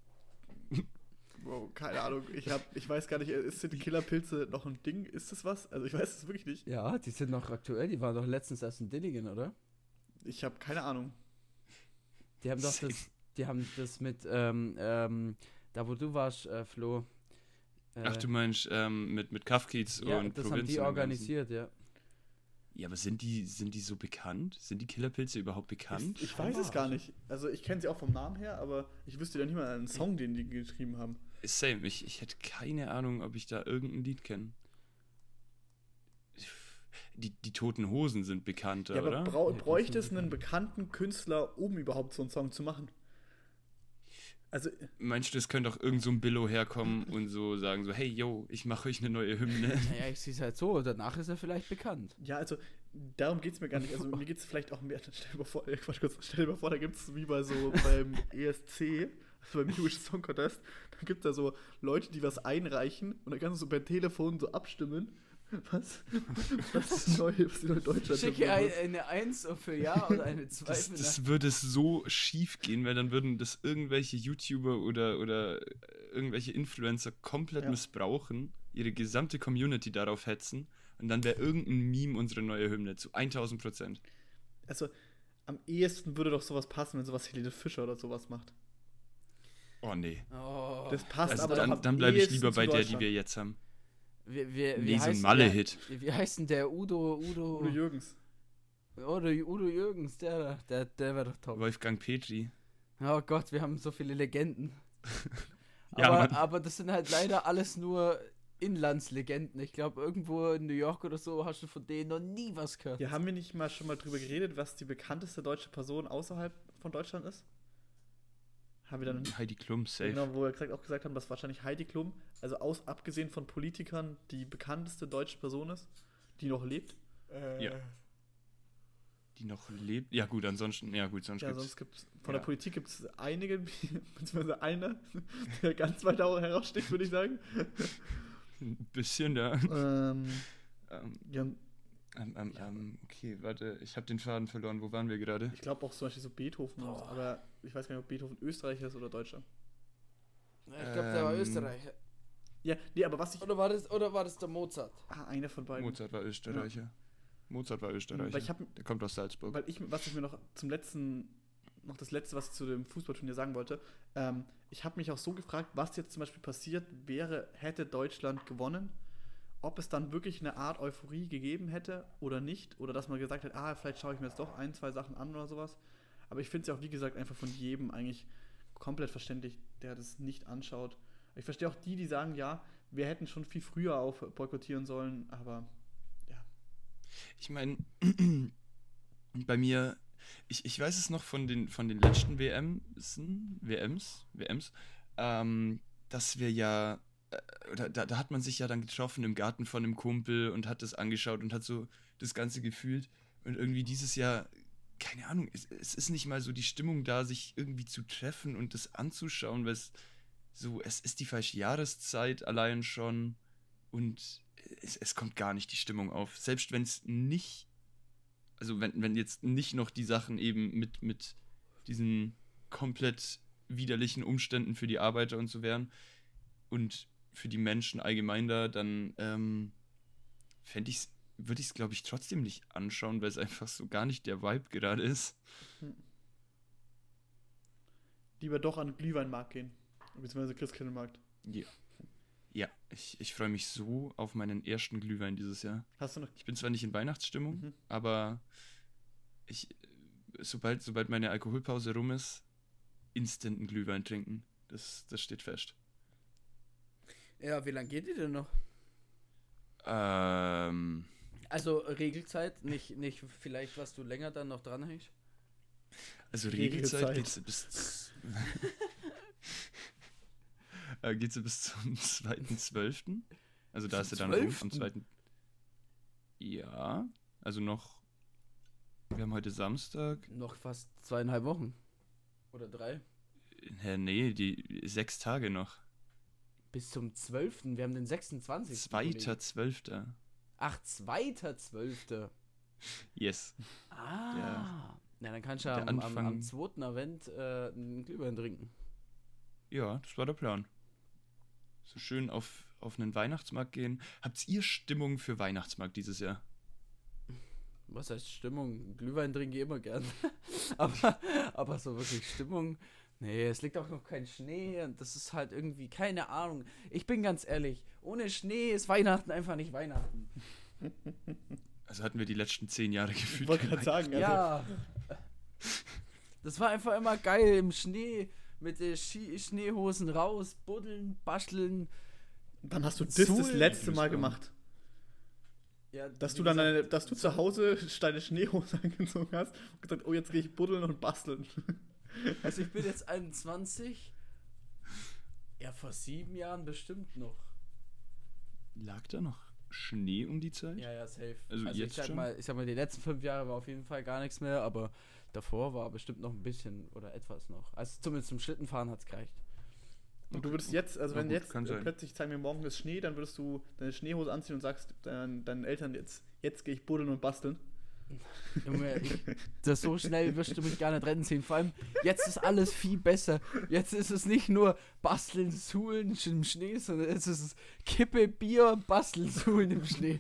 Wow, keine Ahnung. Ich, hab, ich weiß gar nicht, ist sind die Killerpilze noch ein Ding? Ist das was? Also ich weiß es wirklich nicht. Ja, die sind noch aktuell. Die waren doch letztens erst in Dillingen, oder? Ich habe keine Ahnung. Die haben doch Safe. das, die haben das mit, ähm, ähm, da wo du warst, äh, Flo. Äh, Ach, du meinst ähm, mit, mit Kafkiez ja, und das Provinz haben und die dem Ganzen. organisiert, ja. Ja, aber sind die, sind die so bekannt? Sind die Killerpilze überhaupt bekannt? Ich, ich weiß es gar nicht. Also ich kenne sie auch vom Namen her, aber ich wüsste ja nicht mal einen Song, den die geschrieben haben. Same, ich, ich hätte keine Ahnung, ob ich da irgendein Lied kenne. Die, die Toten Hosen sind bekannter, Ja, aber oder? brau Ja, die bräuchte sind es einen bekannten Künstler, um überhaupt so einen Song zu machen? Also, Meinst du, es könnte auch irgend so ein Billo herkommen und so sagen so, hey, yo, ich mache euch eine neue Hymne? Naja, ich sehe es halt so. Danach ist er vielleicht bekannt. ja, also, darum geht es mir gar nicht. Also, mir geht es vielleicht auch mehr. Stell dir mal vor, äh, Quatsch, kurz, stell dir mal vor, da gibt es wie bei so beim E S C, also beim Eurovision Song Contest, da gibt es da so Leute, die was einreichen und dann kannst du so per Telefon so abstimmen. Was? Was ist die neue, was ist die neue Deutschland? Schicke ein, eine eins für Ja oder eine zwei Das, für das Nein. würde so schief gehen, weil dann würden das irgendwelche YouTuber oder, oder äh, irgendwelche Influencer komplett Ja. missbrauchen, ihre gesamte Community darauf hetzen und dann wäre irgendein Meme unsere neue Hymne zu tausend Prozent. Also, am ehesten würde doch sowas passen, wenn sowas Helene Fischer oder sowas macht. Oh nee. Oh. Das passt Also aber doch dann, am dann bleibe ich ehesten lieber zu bei der, die Deutschland. wir jetzt haben. Wie, wie, wie Nee, so ein heißt Malle-Hit. der- Wie heißt denn der Udo, Udo, Udo Jürgens. Udo, Udo Jürgens, der, da, der, der wäre doch top. Wolfgang Petri. Oh Gott, wir haben so viele Legenden. Ja, aber, Mann. aber das sind halt leider alles nur Inlandslegenden. Ich glaube, irgendwo in New York oder so hast du von denen noch nie was gehört. Ja, haben wir nicht mal schon mal drüber geredet, was die bekannteste deutsche Person außerhalb von Deutschland ist? Haben wir dann Heidi Klum, safe. genau, wo wir gesagt, auch gesagt haben, dass wahrscheinlich Heidi Klum, also aus, abgesehen von Politikern, die bekannteste deutsche Person ist, die noch lebt. Ja. Die noch lebt. Ja gut, ansonsten, ja gut, sonst Ja, gibt's sonst gibt's von ja. der Politik gibt es einige, beziehungsweise einer, der ganz weit au- heraussticht, würde ich sagen. ein bisschen, ja. ähm, Ähm, ja, ähm, ähm, ähm, okay, warte, ich habe den Faden verloren. Wo waren wir gerade? ich glaube auch zum Beispiel so Beethoven, Boah. aber ich weiß gar nicht, ob Beethoven Österreicher ist oder Deutscher. Ich glaube, der war Ähm, Österreicher. Ja, nee, aber was ich. Oder war das, oder war das der Mozart? Ah, einer von beiden. Mozart war Österreicher. Mozart war Österreicher. Weil ich hab- Der kommt aus Salzburg. Weil ich, was ich mir noch zum letzten noch das Letzte, was ich zu dem Fußballturnier sagen wollte. Ähm, ich habe mich auch so gefragt, was jetzt zum Beispiel passiert wäre, hätte Deutschland gewonnen. Ob es dann wirklich eine Art Euphorie gegeben hätte oder nicht. Oder dass man gesagt hat, ah, vielleicht schaue ich mir jetzt doch ein, zwei Sachen an oder sowas. Aber ich finde es ja auch, wie gesagt, einfach von jedem eigentlich komplett verständlich, der das nicht anschaut. Ich verstehe auch die, die sagen, ja, wir hätten schon viel früher auf boykottieren sollen, aber ja. Ich meine, bei mir, ich, ich weiß es noch von den, von den letzten W Ms, W Ms, W Ms, ähm, dass wir ja, äh, da, da hat man sich ja dann getroffen im Garten von einem Kumpel und hat das angeschaut und hat so das Ganze gefühlt. Und irgendwie dieses Jahr, keine Ahnung, es, es ist nicht mal so die Stimmung da, sich irgendwie zu treffen und das anzuschauen, weil es so, es ist die falsche Jahreszeit allein schon und es, es kommt gar nicht die Stimmung auf. Selbst wenn es nicht, also wenn, wenn jetzt nicht noch die Sachen eben mit, mit diesen komplett widerlichen Umständen für die Arbeiter und so wären und für die Menschen allgemein da, dann ähm, fände ich es, würde ich es, glaube ich, trotzdem nicht anschauen, weil es einfach so gar nicht der Vibe gerade ist. Lieber doch an den Glühweinmarkt gehen. Beziehungsweise Christkindlmarkt. Ja. Ja, ich, ich freue mich so auf meinen ersten Glühwein dieses Jahr. Hast du noch? Ich bin zwar nicht in Weihnachtsstimmung, Mhm. aber ich, sobald, sobald meine Alkoholpause rum ist, instant einen Glühwein trinken. Das, das steht fest. Ja, wie lange geht die denn noch? Ähm, Also Regelzeit, nicht, nicht vielleicht, was du länger dann noch dranhängst? also Regelzeit. Regelzeit geht sie bis äh, geht sie bis zum zweiten zwölften Also da Zum ist sie dann rum, am zwölften? zweiten Ja, also noch, wir haben heute Samstag. Noch fast zweieinhalb Wochen. Oder drei. Hä, nee, die sechs Tage noch. Bis zum zwölften Wir haben den sechsundzwanzigsten Zweiter Zwölfter Ach, zweiter zwölfter Yes. Ah. Der- Na, dann kannst du ja der am, am, am Anfang- zweiten Advent äh, einen Glühwein trinken. Ja, das war der Plan. So schön auf, auf einen Weihnachtsmarkt gehen. Habt ihr Stimmung für Weihnachtsmarkt dieses Jahr? Was heißt Stimmung? Glühwein trinke ich immer gern. aber, aber so wirklich Stimmung. Nee, es liegt auch noch kein Schnee und das ist halt irgendwie, keine Ahnung. Ich bin ganz ehrlich, ohne Schnee ist Weihnachten einfach nicht Weihnachten. Also hatten wir die letzten zehn Jahre Ich gefühlt. wollte kein gerade sagen, also, Ja. Das war einfach immer geil im Schnee, mit den Ski Schneehosen raus, buddeln, basteln. dann hast du das das Zul- letzte Mal Grüß Gott. gemacht. Ja, Dass wie du dann gesagt, deine, dass du zu Hause deine Schneehose angezogen hast und gesagt, oh, jetzt gehe ich buddeln und basteln. Also ich bin jetzt einundzwanzig. Ja, vor sieben Jahren bestimmt noch. Lag da noch Schnee um die Zeit? Ja, ja, safe. Also ich jetzt sag schon? mal, ich sag mal, die letzten fünf Jahre war auf jeden Fall gar nichts mehr, aber davor war bestimmt noch ein bisschen oder etwas noch. Also zumindest zum Schlittenfahren hat's gereicht. Und du würdest jetzt, also Na wenn gut, jetzt kann äh, sein. plötzlich sagen wir morgen ist Schnee, dann würdest du deine Schneehose anziehen und sagst deinen, deinen Eltern jetzt, jetzt gehe ich buddeln und basteln. Junge, ich, das so schnell wirst du mich gar nicht rennen sehen. Vor allem, jetzt ist alles viel besser. Jetzt ist es nicht nur Basteln, Suhlen im Schnee, sondern jetzt ist es Kippe, Bier, Basteln, Suhlen im Schnee.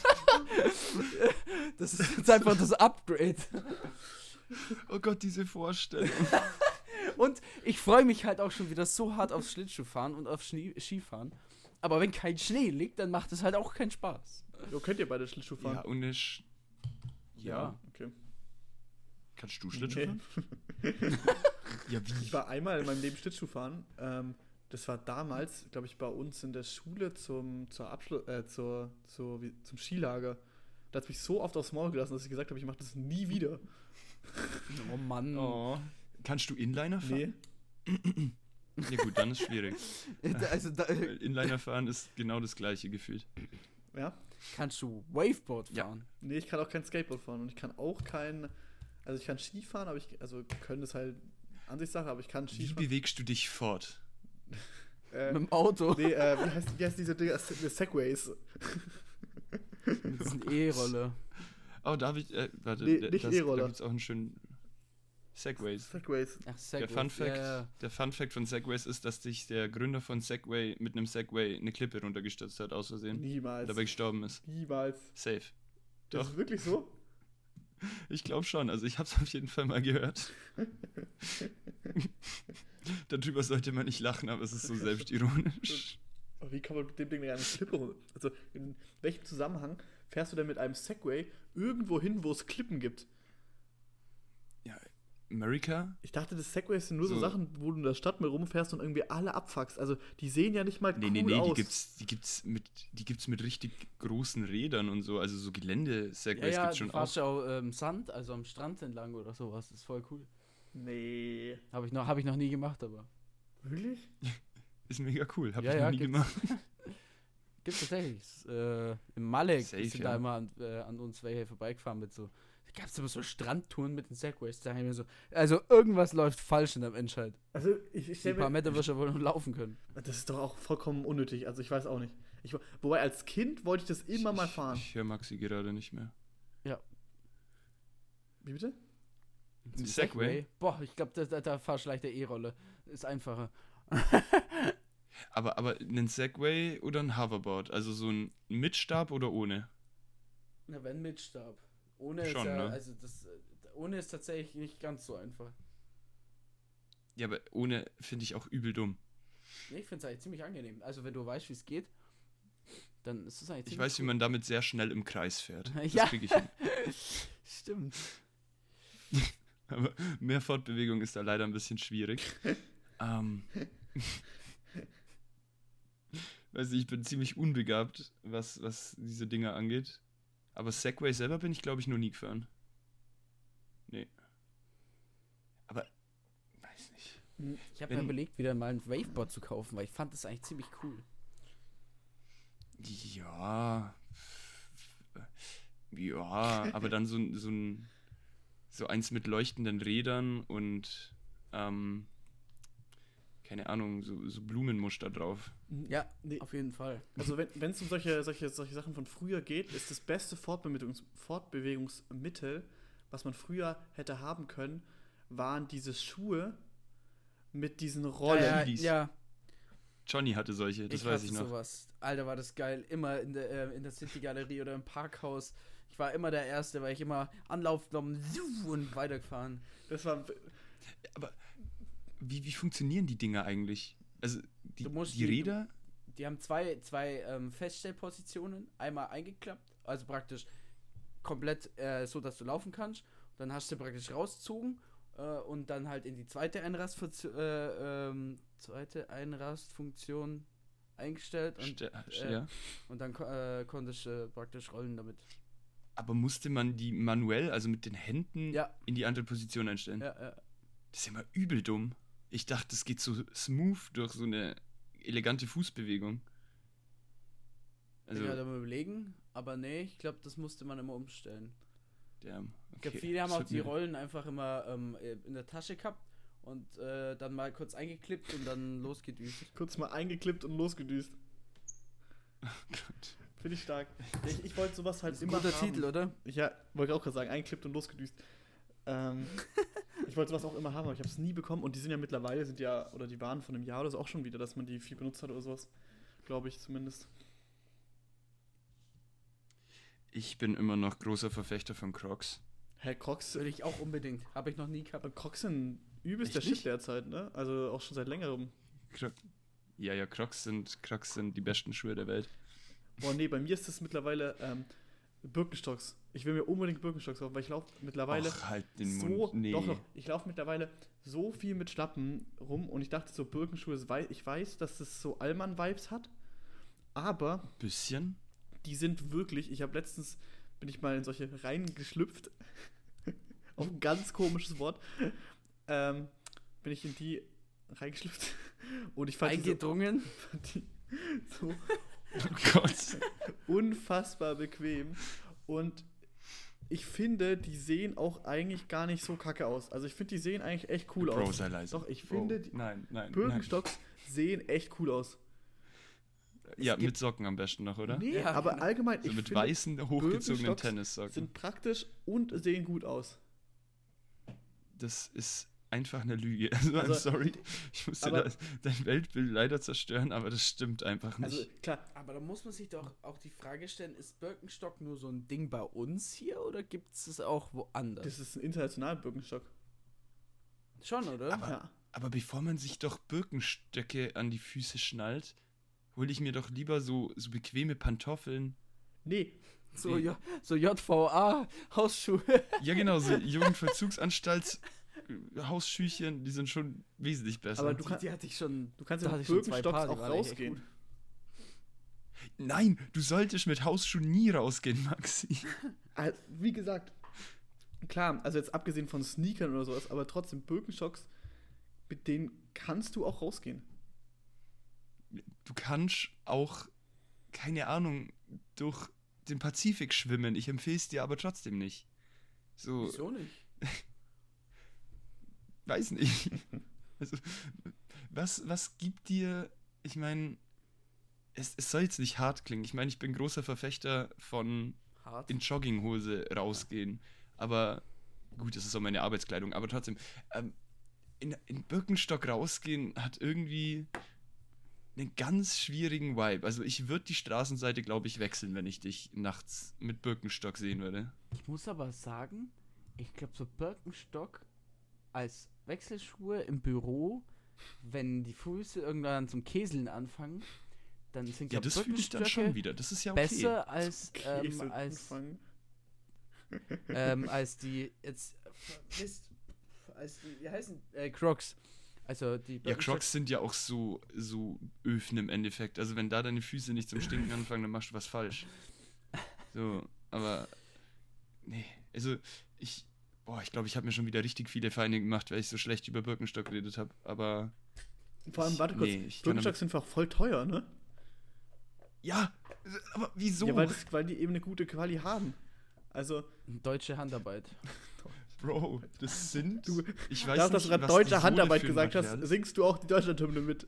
Das ist jetzt einfach das Upgrade. Oh Gott, diese Vorstellung. Und ich freue mich halt auch schon wieder so hart aufs Schlittschuhfahren und auf Schnee Skifahren. Aber wenn kein Schnee liegt, dann macht es halt auch keinen Spaß. Jo, könnt ihr beide Schlittschuh fahren? Ja, und ich. Ja. Okay. Kannst du Schlittschuh Nee. fahren? Ja, wie? Ich war einmal in meinem Leben Schlittschuh fahren. Ähm, das war damals, glaube ich, bei uns in der Schule zum, zur Abschluss, äh, zur, zur, wie, zum Skilager. Da hat es mich so oft aufs Maul gelassen, dass ich gesagt habe, ich mache das nie wieder. Oh Mann. Oh. Kannst du Inliner fahren? Nee. Ja gut, dann ist schwierig. Also da, Weil Inliner fahren ist genau das gleiche gefühlt. Ja? kannst du Waveboard Ja. fahren. Nee, ich kann auch kein Skateboard fahren und ich kann auch kein. Also ich kann Ski fahren, aber ich. Also können ist halt Ansichtssache, aber ich kann Ski Wie fahren. bewegst du dich fort? Äh, Mit dem Auto. nee, äh, wie heißt, wie heißt diese Dinger? Se- Segways. Mit einer E-Rolle. Oh, da habe ich. Äh, warte, Nee, da- nicht das, E-Roller. Da gibt es auch einen schönen. Segways. Segways. Ach, Der Segway. Fun, Fact, Ja, ja. der Fun Fact von Segways ist, dass sich der Gründer von Segway mit einem Segway eine Klippe runtergestürzt hat, aus Versehen. Niemals. Und dabei gestorben ist. Niemals. Safe. Das Doch. ist wirklich so? Ich glaube schon, also ich habe es auf jeden Fall mal gehört. Darüber sollte man nicht lachen, aber es ist so selbstironisch. Aber wie kann man mit dem Ding eine Klippe runter? Also, in welchem Zusammenhang fährst du denn mit einem Segway irgendwo hin, wo es Klippen gibt? Ja, America? Ich dachte, das Segways sind nur so, So. Sachen, wo du in der Stadt mit rumfährst und irgendwie alle abfuckst. Also, die sehen ja nicht mal Nee, cool nee, nee, die aus. gibt's, die gibt's mit, die gibt's mit richtig großen Rädern und so, also so Ja, Gelände-Segways ja, gibt's du schon fahrst auch. ja auch ähm, Sand, also am Strand entlang oder sowas. Das ist voll cool. Nee. Habe ich, noch- hab ich noch nie gemacht, aber. Wirklich? Ist mega cool, hab Ja, ich noch ja, nie gibt's. gemacht. Gibt tatsächlich. S- Äh, Im Malek Safe, sind ja. da immer an, äh, an uns welche vorbeigefahren mit so. Da gab es immer so Strandtouren mit den Segways. Da hab ich mir so. Also irgendwas läuft falsch in der Menschheit. Also, ich, ich Die stelle paar mir. Meter wirst du wohl noch laufen können. Das ist doch auch vollkommen unnötig. Also, ich weiß auch nicht. Ich, wobei, als Kind wollte ich das immer mal fahren. Ich, ich höre Maxi gerade nicht mehr. Wie bitte? Ein Segway? Boah, ich glaube, da, da, da fahrst du leichter E-Rolle. Ist einfacher. Aber, aber ein Segway oder ein Hoverboard? Also so ein mit Stab oder ohne? Na, wenn mit Stab. Ohne Schon, ist ja, ne? also das, äh, ohne ist tatsächlich nicht ganz so einfach. Ja, aber ohne finde ich auch übel dumm. Nee, ich finde es eigentlich ziemlich angenehm. Also wenn du weißt, wie es geht, dann ist es eigentlich Ich ziemlich weiß, wie man damit sehr schnell im Kreis fährt. Das Ja. kriege ich hin. Stimmt. Aber mehr Fortbewegung ist da leider ein bisschen schwierig. ähm, weiß nicht, ich bin ziemlich unbegabt, was, was diese Dinge angeht. Aber Segway selber bin ich, glaube ich, noch nie gefahren. Nee. Aber, weiß nicht. Ich habe mir Wenn- überlegt, wieder mal ein Waveboard zu kaufen, weil ich fand das eigentlich ziemlich cool. Ja. Ja, aber dann so, ein- so ein so eins mit leuchtenden Rädern und ähm, keine Ahnung, so, so Blumenmuster drauf. Ja, Nee. auf jeden Fall. Also wenn es um solche, solche, solche Sachen von früher geht, ist das beste Fortbewegungs Fortbewegungsmittel, was man früher hätte haben können, waren diese Schuhe mit diesen Rollen. ja, Rollis. ja, Johnny hatte solche, das ich weiß hatte ich noch. sowas. Alter, war das geil. Immer in der, äh, in der City-Galerie oder im Parkhaus. Ich war immer der Erste, weil ich immer Anlauf genommen und weitergefahren. Das war Aber wie, wie funktionieren die Dinger eigentlich? Also die, Du musst die die- Räder? Die haben zwei, zwei ähm, Feststellpositionen. Einmal eingeklappt, also praktisch komplett äh, so, dass du laufen kannst. Dann hast du praktisch rausgezogen äh, und dann halt in die zweite Einrastfunktion, äh, ähm, zweite Einrastfunktion eingestellt und, Ste- äh, ja. und dann ko- äh, konntest du äh, praktisch rollen damit. Aber musste man die manuell, also mit den Händen, Ja. in die andere Position einstellen? Ja, ja. Das ist ja mal übel dumm. Ich dachte, es geht so smooth durch so eine elegante Fußbewegung. Also, Ich werde mal überlegen, aber nee, ich glaube, das musste man immer umstellen. damn. Ich glaube, Okay, viele haben das auch wird die mir- Rollen einfach immer ähm, in der Tasche gehabt und äh, dann mal kurz eingeklippt und dann losgedüst. kurz mal eingeklippt und losgedüst. Gott. Finde ich stark. Ich, ich wollte sowas halt Das ist ein immer guter haben. Titel, oder? Ich ja, wollte auch gerade sagen, eingeklippt und losgedüst. Ähm, ich wollte sowas auch immer haben, aber ich habe es nie bekommen. Und die sind ja mittlerweile, sind ja, oder die waren von einem Jahr oder so auch schon wieder, dass man die viel benutzt hat oder sowas. Glaube ich zumindest. Ich bin immer noch großer Verfechter von Crocs. Hä, Crocs, Würde ich auch unbedingt. Habe ich noch nie gehabt. Crocs sind übelst Echt der Shit nicht? derzeit, ne? Also auch schon seit längerem. Cro ja, ja, Crocs sind, Crocs sind die besten Schuhe der Welt. Boah, nee, bei mir ist das mittlerweile ähm, Birkenstocks. Ich will mir unbedingt Birkenstocks kaufen, weil ich laufe mittlerweile Och, halt den so, Mund. Nee. doch, doch, ich laufe mittlerweile so viel mit Schlappen rum und ich dachte so, Birkenschuhe, das wei- ich weiß, dass das so Allmann-Vibes hat, aber Bisschen? die sind wirklich, ich habe letztens, bin ich mal in solche reingeschlüpft, auf ein ganz komisches Wort, ähm, bin ich in die reingeschlüpft und ich fand die so, Eingedrungen. fand die so Oh Gott. unfassbar bequem und ich finde, die sehen auch eigentlich gar nicht so kacke aus. Also ich finde, die sehen eigentlich echt cool Bro, aus. sei leise. Doch, ich Bro, finde, die nein, nein, Birkenstocks sehen echt cool aus. nein. Ja, gibt- mit Socken am besten noch, oder? Nee, Ja, aber genau. allgemein, So ich mit finde, weißen, hochgezogenen Birkenstocks Tennissocken. sind praktisch und sehen gut aus. Das ist einfach eine Lüge. Also, Also, I'm sorry, ich musste aber- da dein Weltbild leider zerstören, aber das stimmt einfach nicht. Also klar, Aber da muss man sich doch auch die Frage stellen, ist Birkenstock nur so ein Ding bei uns hier oder gibt es es auch woanders? das ist ein internationaler Birkenstock. Schon, oder? Aber- Ja. Aber bevor man sich doch Birkenstöcke an die Füße schnallt, hole ich mir doch lieber so, so bequeme Pantoffeln. Nee, so, J- so J V A-Hausschuhe. Ja, genau, so Jugendvollzugsanstalts äh, Hausschüchchen, die sind schon wesentlich besser. Aber du Die, kannst- die hatte ich schon. du kannst Da ja hatte mit ich schon zwei Birkenstocks Paar, die auch waren echt rausgehen. gut. Nein, du solltest mit Hausschuhen nie rausgehen, Maxi. Also, wie gesagt, klar, also jetzt abgesehen von Sneakern oder sowas, aber trotzdem Birkenstocks, mit denen kannst du auch rausgehen. Du kannst auch, keine Ahnung, durch den Pazifik schwimmen. Ich empfehle es dir aber trotzdem nicht. So, Wieso nicht? weiß nicht. Also, was, was gibt dir, ich meine, es, es soll jetzt nicht hart klingen. Ich meine, ich bin großer Verfechter von Hart. in Jogginghose rausgehen. Aber gut, das ist auch meine Arbeitskleidung. Aber trotzdem, ähm, in, in Birkenstock rausgehen hat irgendwie einen ganz schwierigen Vibe. Also ich würde die Straßenseite, glaube ich, wechseln, wenn ich dich nachts mit Birkenstock sehen würde. Ich muss aber sagen, ich glaube, so Birkenstock als Wechselschuhe im Büro, wenn die Füße irgendwann zum Käseln anfangen, dann sind Ja, glaub, das fühle ich dann Birkenstöcke schon wieder. Das ist ja okay. besser als, ähm, Käse als, anfangen. ähm, als die jetzt Mist, als die, wie heißen äh, Crocs. Also die Ja, Birkenstock- Crocs sind ja auch so, so Öfen im Endeffekt. Also wenn da deine Füße nicht zum Stinken anfangen, dann machst du was falsch. So, aber nee, also ich, boah, ich glaube, ich habe mir schon wieder richtig viele Feinde gemacht, weil ich so schlecht über Birkenstock geredet habe. Aber Vor allem, warte kurz, Nee, ich kann Birkenstocks sind einfach voll teuer, ne? ja, aber wieso? Ja, weil, das, weil die eben eine gute Quali haben. Also, Deutsche Handarbeit. Bro, das sind. Du- ich weiß dadurch, dass nicht, du gerade was die deutsche Sohle Handarbeit für ein gesagt Material hast, ist. singst du auch die Deutschlandhymne mit.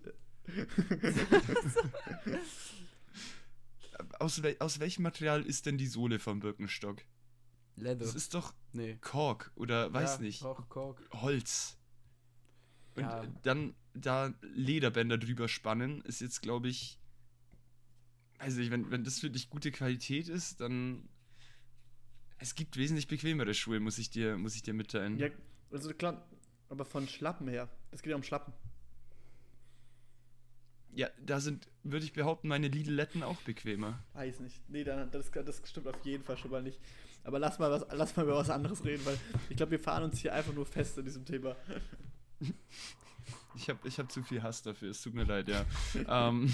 Aus, wel aus welchem Material ist denn die Sohle vom Birkenstock? Leather. Das ist doch nee. Kork oder weiß ja, nicht. Kork, Kork. Holz. Und Ja. äh, dann da Lederbänder drüber spannen, ist jetzt, glaube ich, weiß nicht, wenn, wenn das für dich gute Qualität ist, dann. Es gibt wesentlich bequemere Schuhe, muss ich dir, muss ich dir mitteilen. Ja, also klar, aber von Schlappen her. Es geht ja um Schlappen. Ja, da sind, würde ich behaupten, meine Lidletten auch bequemer. Weiß nicht. Nee, dann, das, das stimmt auf jeden Fall schon mal nicht. Aber lass mal, was, lass mal über was anderes reden, weil ich glaube, wir fahren uns hier einfach nur fest in diesem Thema. Ich habe ich hab zu viel Hass dafür, es tut mir leid, ja. ähm,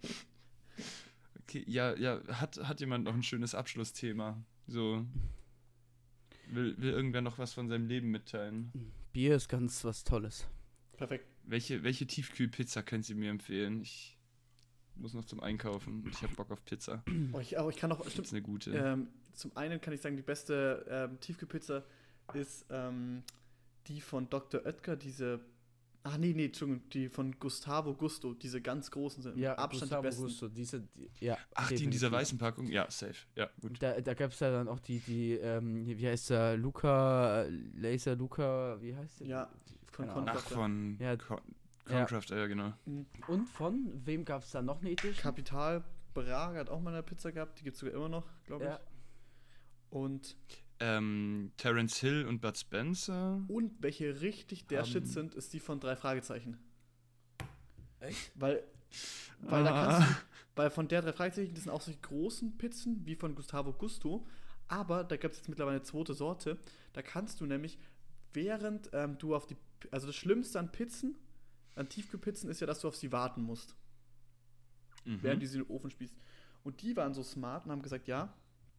okay, ja, ja, hat, hat jemand noch ein schönes Abschlussthema? So. Will, will irgendwer noch was von seinem Leben mitteilen? Bier ist ganz was Tolles. Perfekt. Welche, welche Tiefkühlpizza können Sie mir empfehlen? Ich muss noch zum Einkaufen und ich habe Bock auf Pizza. Oh, ich, aber ich kann auch, Gibt's stimmt, eine gute? ähm, zum einen kann ich sagen, die beste ähm, Tiefkühlpizza ist ähm, die von Doktor Oetker, diese, ach nee, nee, Entschuldigung, die von Gustavo Gusto, diese ganz großen sind Ja, mit Abstand Gustavo die besten. Gusto, diese, die, ja. Ach, die in dieser definitiv. weißen Packung? Ja, safe. Ja, gut. Da, da gab es ja dann auch die, die, ähm, wie heißt der, Luca, Laser Luca, wie heißt der? Ja, von Keine Ahnung. Ach, Concrafter. von Ja. Con Ja. Concrafter, ja, genau. Und von, wem gab es da noch eine Edition? Kapital Bra hat auch mal eine Pizza gehabt, die gibt es sogar immer noch, glaube ich. Ja. Und, Ähm, Terence Hill und Bud Spencer. und welche richtig der Ähm. Shit sind, ist die von drei Fragezeichen. Echt? Weil, weil da Ah. kannst du, weil von der drei Fragezeichen, das sind auch solche großen Pizzen, wie von Gustavo Gusto, aber da gibt es jetzt mittlerweile eine zweite Sorte, da kannst du nämlich, während ähm, du auf die, also das Schlimmste an Pizzen, an Tiefkühlpizzen ist ja, dass du auf sie warten musst, Mhm. während du sie in den Ofen spießt. Und die waren so smart und haben gesagt, ja,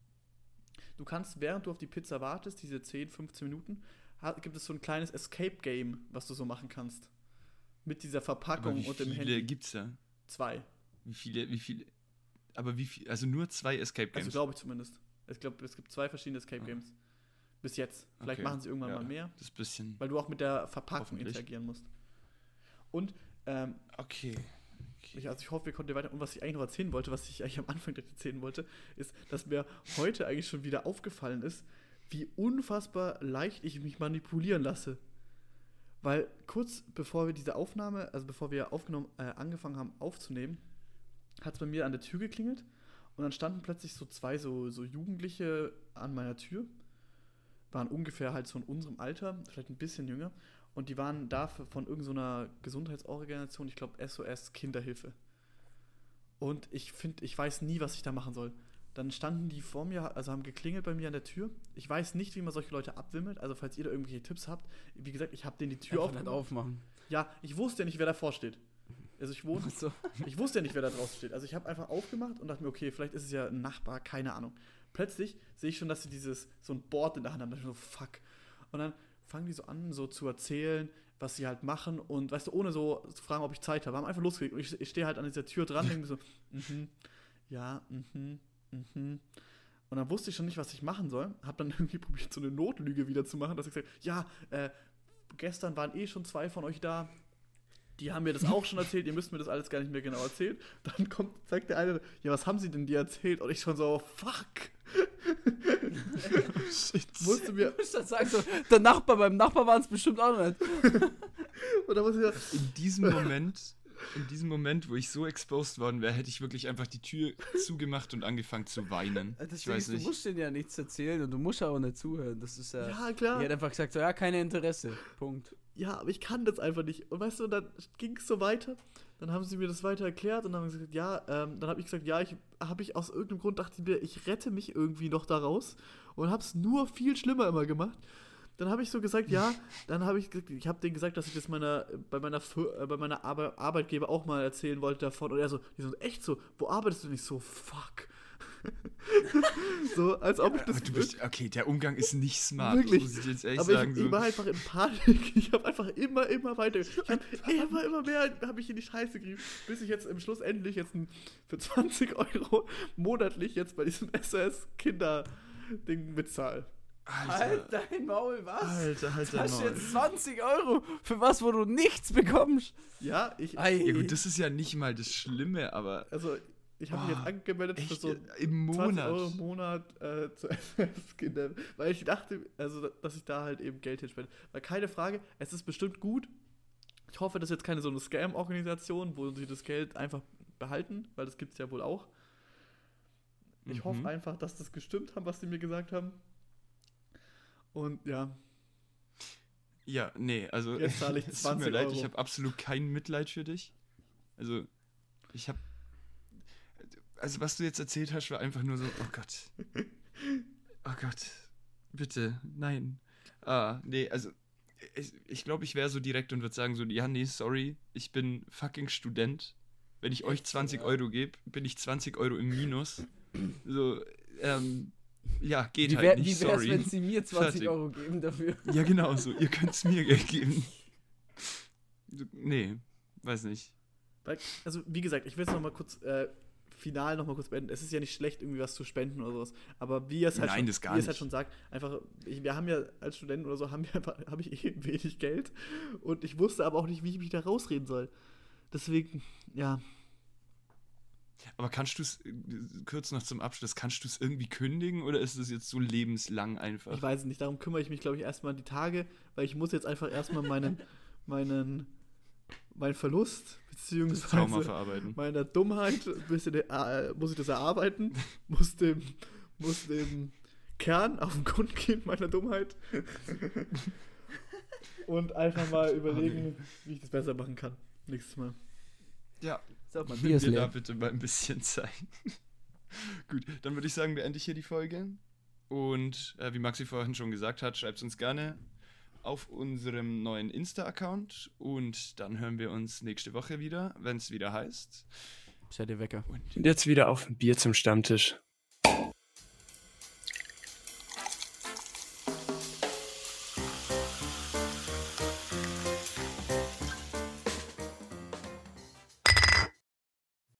du kannst, während du auf die Pizza wartest, diese zehn, fünfzehn Minuten, ha- gibt es so ein kleines Escape-Game, was du so machen kannst. Mit dieser Aber Verpackung wie und dem viele Handy. gibt's da? Zwei. Wie viele, wie viele, aber wie viel, also nur zwei Escape Also Games? glaube ich zumindest. Ich glaube, es gibt zwei verschiedene Escape Ah. Games. Bis jetzt. Vielleicht Okay, machen sie irgendwann ja. mal mehr, Das ist ein bisschen, weil du auch mit der Verpackung Hoffentlich. interagieren musst. Und, ähm, okay. ich, also ich hoffe, wir konnten dir weiter. Und was ich eigentlich noch erzählen wollte, was ich eigentlich am Anfang direkt erzählen wollte, ist, dass mir heute eigentlich schon wieder aufgefallen ist, wie unfassbar leicht ich mich manipulieren lasse. Weil kurz bevor wir diese Aufnahme, also bevor wir aufgenommen, äh, angefangen haben aufzunehmen, hat es bei mir an der Tür geklingelt und dann standen plötzlich so zwei so, so Jugendliche an meiner Tür. Waren ungefähr halt so in unserem Alter, vielleicht ein bisschen jünger. Und die waren da von irgendeiner Gesundheitsorganisation, ich glaube S O S Kinderhilfe. Und ich finde, ich weiß nie, was ich da machen soll. Dann standen die vor mir, also haben geklingelt bei mir an der Tür. Ich weiß nicht, wie man solche Leute abwimmelt. Also falls ihr da irgendwelche Tipps habt. Wie gesagt, ich habe denen die Tür Einfach nicht aufmachen. Ja, ich wusste ja nicht, wer davor steht. Also ich wohne, So. ich wusste ja nicht, wer da draußen steht. Also ich habe einfach aufgemacht und dachte mir, okay, vielleicht ist es ja ein Nachbar, keine Ahnung. Plötzlich sehe ich schon, dass sie dieses, so ein Board in der Hand haben. Da dachte ich so, fuck. Und dann fangen die so an, so zu erzählen, was sie halt machen. Und weißt du, ohne so zu fragen, ob ich Zeit habe. Haben einfach losgelegt. Und ich, ich stehe halt an dieser Tür dran, denke mir so, mhm, ja, mhm, mhm. Und dann wusste ich schon nicht, was ich machen soll. Hab dann irgendwie probiert, so eine Notlüge wieder zu machen, dass ich gesagt ja, äh, gestern waren eh schon zwei von euch da. Die haben mir das auch schon erzählt, ihr müsst mir das alles gar nicht mehr genau erzählen. Dann kommt, sagt der eine, ja, was haben sie denn dir erzählt? Und ich schon so, fuck. Shit. Musste mir, Ich muss sagen, so, der Nachbar, beim Nachbar waren es bestimmt auch noch nicht. und dann muss ich ja, In diesem Moment, in diesem Moment, wo ich so exposed worden wäre, hätte ich wirklich einfach die Tür zugemacht und angefangen zu weinen. Ich Deswegen, weiß du nicht. musst denen ja nichts erzählen und du musst auch nicht zuhören. Das ist ja. ja, klar. Die hat einfach gesagt, so, ja, keine Interesse. Punkt. Ja, aber ich kann das einfach nicht. Und weißt du, dann ging es so weiter. Dann haben sie mir das weiter erklärt und dann haben sie gesagt, ja, ähm, dann habe ich gesagt, ja, ich habe ich aus irgendeinem Grund dachte ich mir, ich rette mich irgendwie noch daraus und habe es nur viel schlimmer immer gemacht. Dann habe ich so gesagt, ja, dann habe ich ich habe denen gesagt, dass ich das meiner bei meiner Fir- äh, bei meiner Arbe- Arbeitgeber auch mal erzählen wollte davon und er so, die so echt so, wo arbeitest du nicht so fuck. So, als ob ich das Aber du bist, okay, der Umgang ist nicht smart, Wirklich. muss ich dir jetzt ehrlich aber sagen. ich, So. ich war einfach in Panik. Ich habe einfach immer, immer weiter. Ich hab immer, immer mehr habe ich in die Scheiße gegriffen, bis ich jetzt im Schluss endlich jetzt ein, für zwanzig Euro monatlich jetzt bei diesem S O S-Kinder-Ding mitzahle. Halt dein Maul, was? Alter, halt Du dein hast Maul. jetzt zwanzig Euro für was, wo du nichts bekommst. Ja, ich. Ei. Ja gut, das ist ja nicht mal das Schlimme, aber Also, ich habe mich Oh, jetzt angemeldet für echt, so im zwanzig Euro Monat. im Monat äh, zu S O S-Kinder, weil ich dachte, also, dass ich da halt eben Geld hinspende. Weil keine Frage, es ist bestimmt gut. Ich hoffe, das ist jetzt keine so eine Scam-Organisation, wo sie das Geld einfach behalten, weil das gibt es ja wohl auch. Ich Mhm. hoffe einfach, dass das gestimmt haben, was sie mir gesagt haben. Und ja, Ja, nee, also Jetzt zahle ich es tut mir zwanzig leid, Euro. ich habe absolut kein Mitleid für dich. Also, ich habe also was du jetzt erzählt hast, war einfach nur so, oh Gott. Oh Gott. Bitte, nein. Ah, nee, also ich, ich glaube, ich wäre so direkt und würde sagen so, ja, nee, sorry, ich bin fucking Student. Wenn ich euch zwanzig ja. Euro gebe, bin ich zwanzig Euro im Minus. So, ähm, ja, geht Wie, halt wär, nicht, wie wär's, sorry. wenn sie mir zwanzig Fertig. Euro geben dafür? Ja, genau so. Ihr könnt es mir Geld geben. So, nee, weiß nicht. weil, also wie gesagt, ich will es nochmal kurz, äh, final nochmal kurz beenden. Es ist ja nicht schlecht, irgendwie was zu spenden oder sowas. Aber wie ihr es halt, Nein, schon, das gar wie ihr es halt nicht. schon sagt, einfach, ich, wir haben ja als Studenten oder so, haben wir einfach, habe ich eh wenig Geld. Und ich wusste aber auch nicht, wie ich mich da rausreden soll. Deswegen, ja. Aber kannst du es, kurz noch zum Abschluss, kannst du es irgendwie kündigen oder ist es jetzt so lebenslang einfach? Ich weiß es nicht, darum kümmere ich mich, glaube ich, erstmal die Tage, weil ich muss jetzt einfach erstmal meinen, meinen, meinen Verlust, Das Trauma beziehungsweise verarbeiten. meiner Dummheit, ein bisschen, äh, muss ich das erarbeiten, muss dem, muss dem Kern auf den Grund gehen meiner Dummheit und einfach mal überlegen, wie ich das besser machen kann, nächstes Mal. Ja, So, mein nimm Bier ist dir da leer. bitte mal ein bisschen Zeit. Gut, dann würde ich sagen, beende ich hier die Folge. Und äh, wie Maxi vorhin schon gesagt hat, schreibt es uns gerne auf unserem neuen Insta-Account. Und dann hören wir uns nächste Woche wieder, wenn es wieder heißt. Seid ihr Wecker. Und Und jetzt wieder auf ein Bier zum Stammtisch.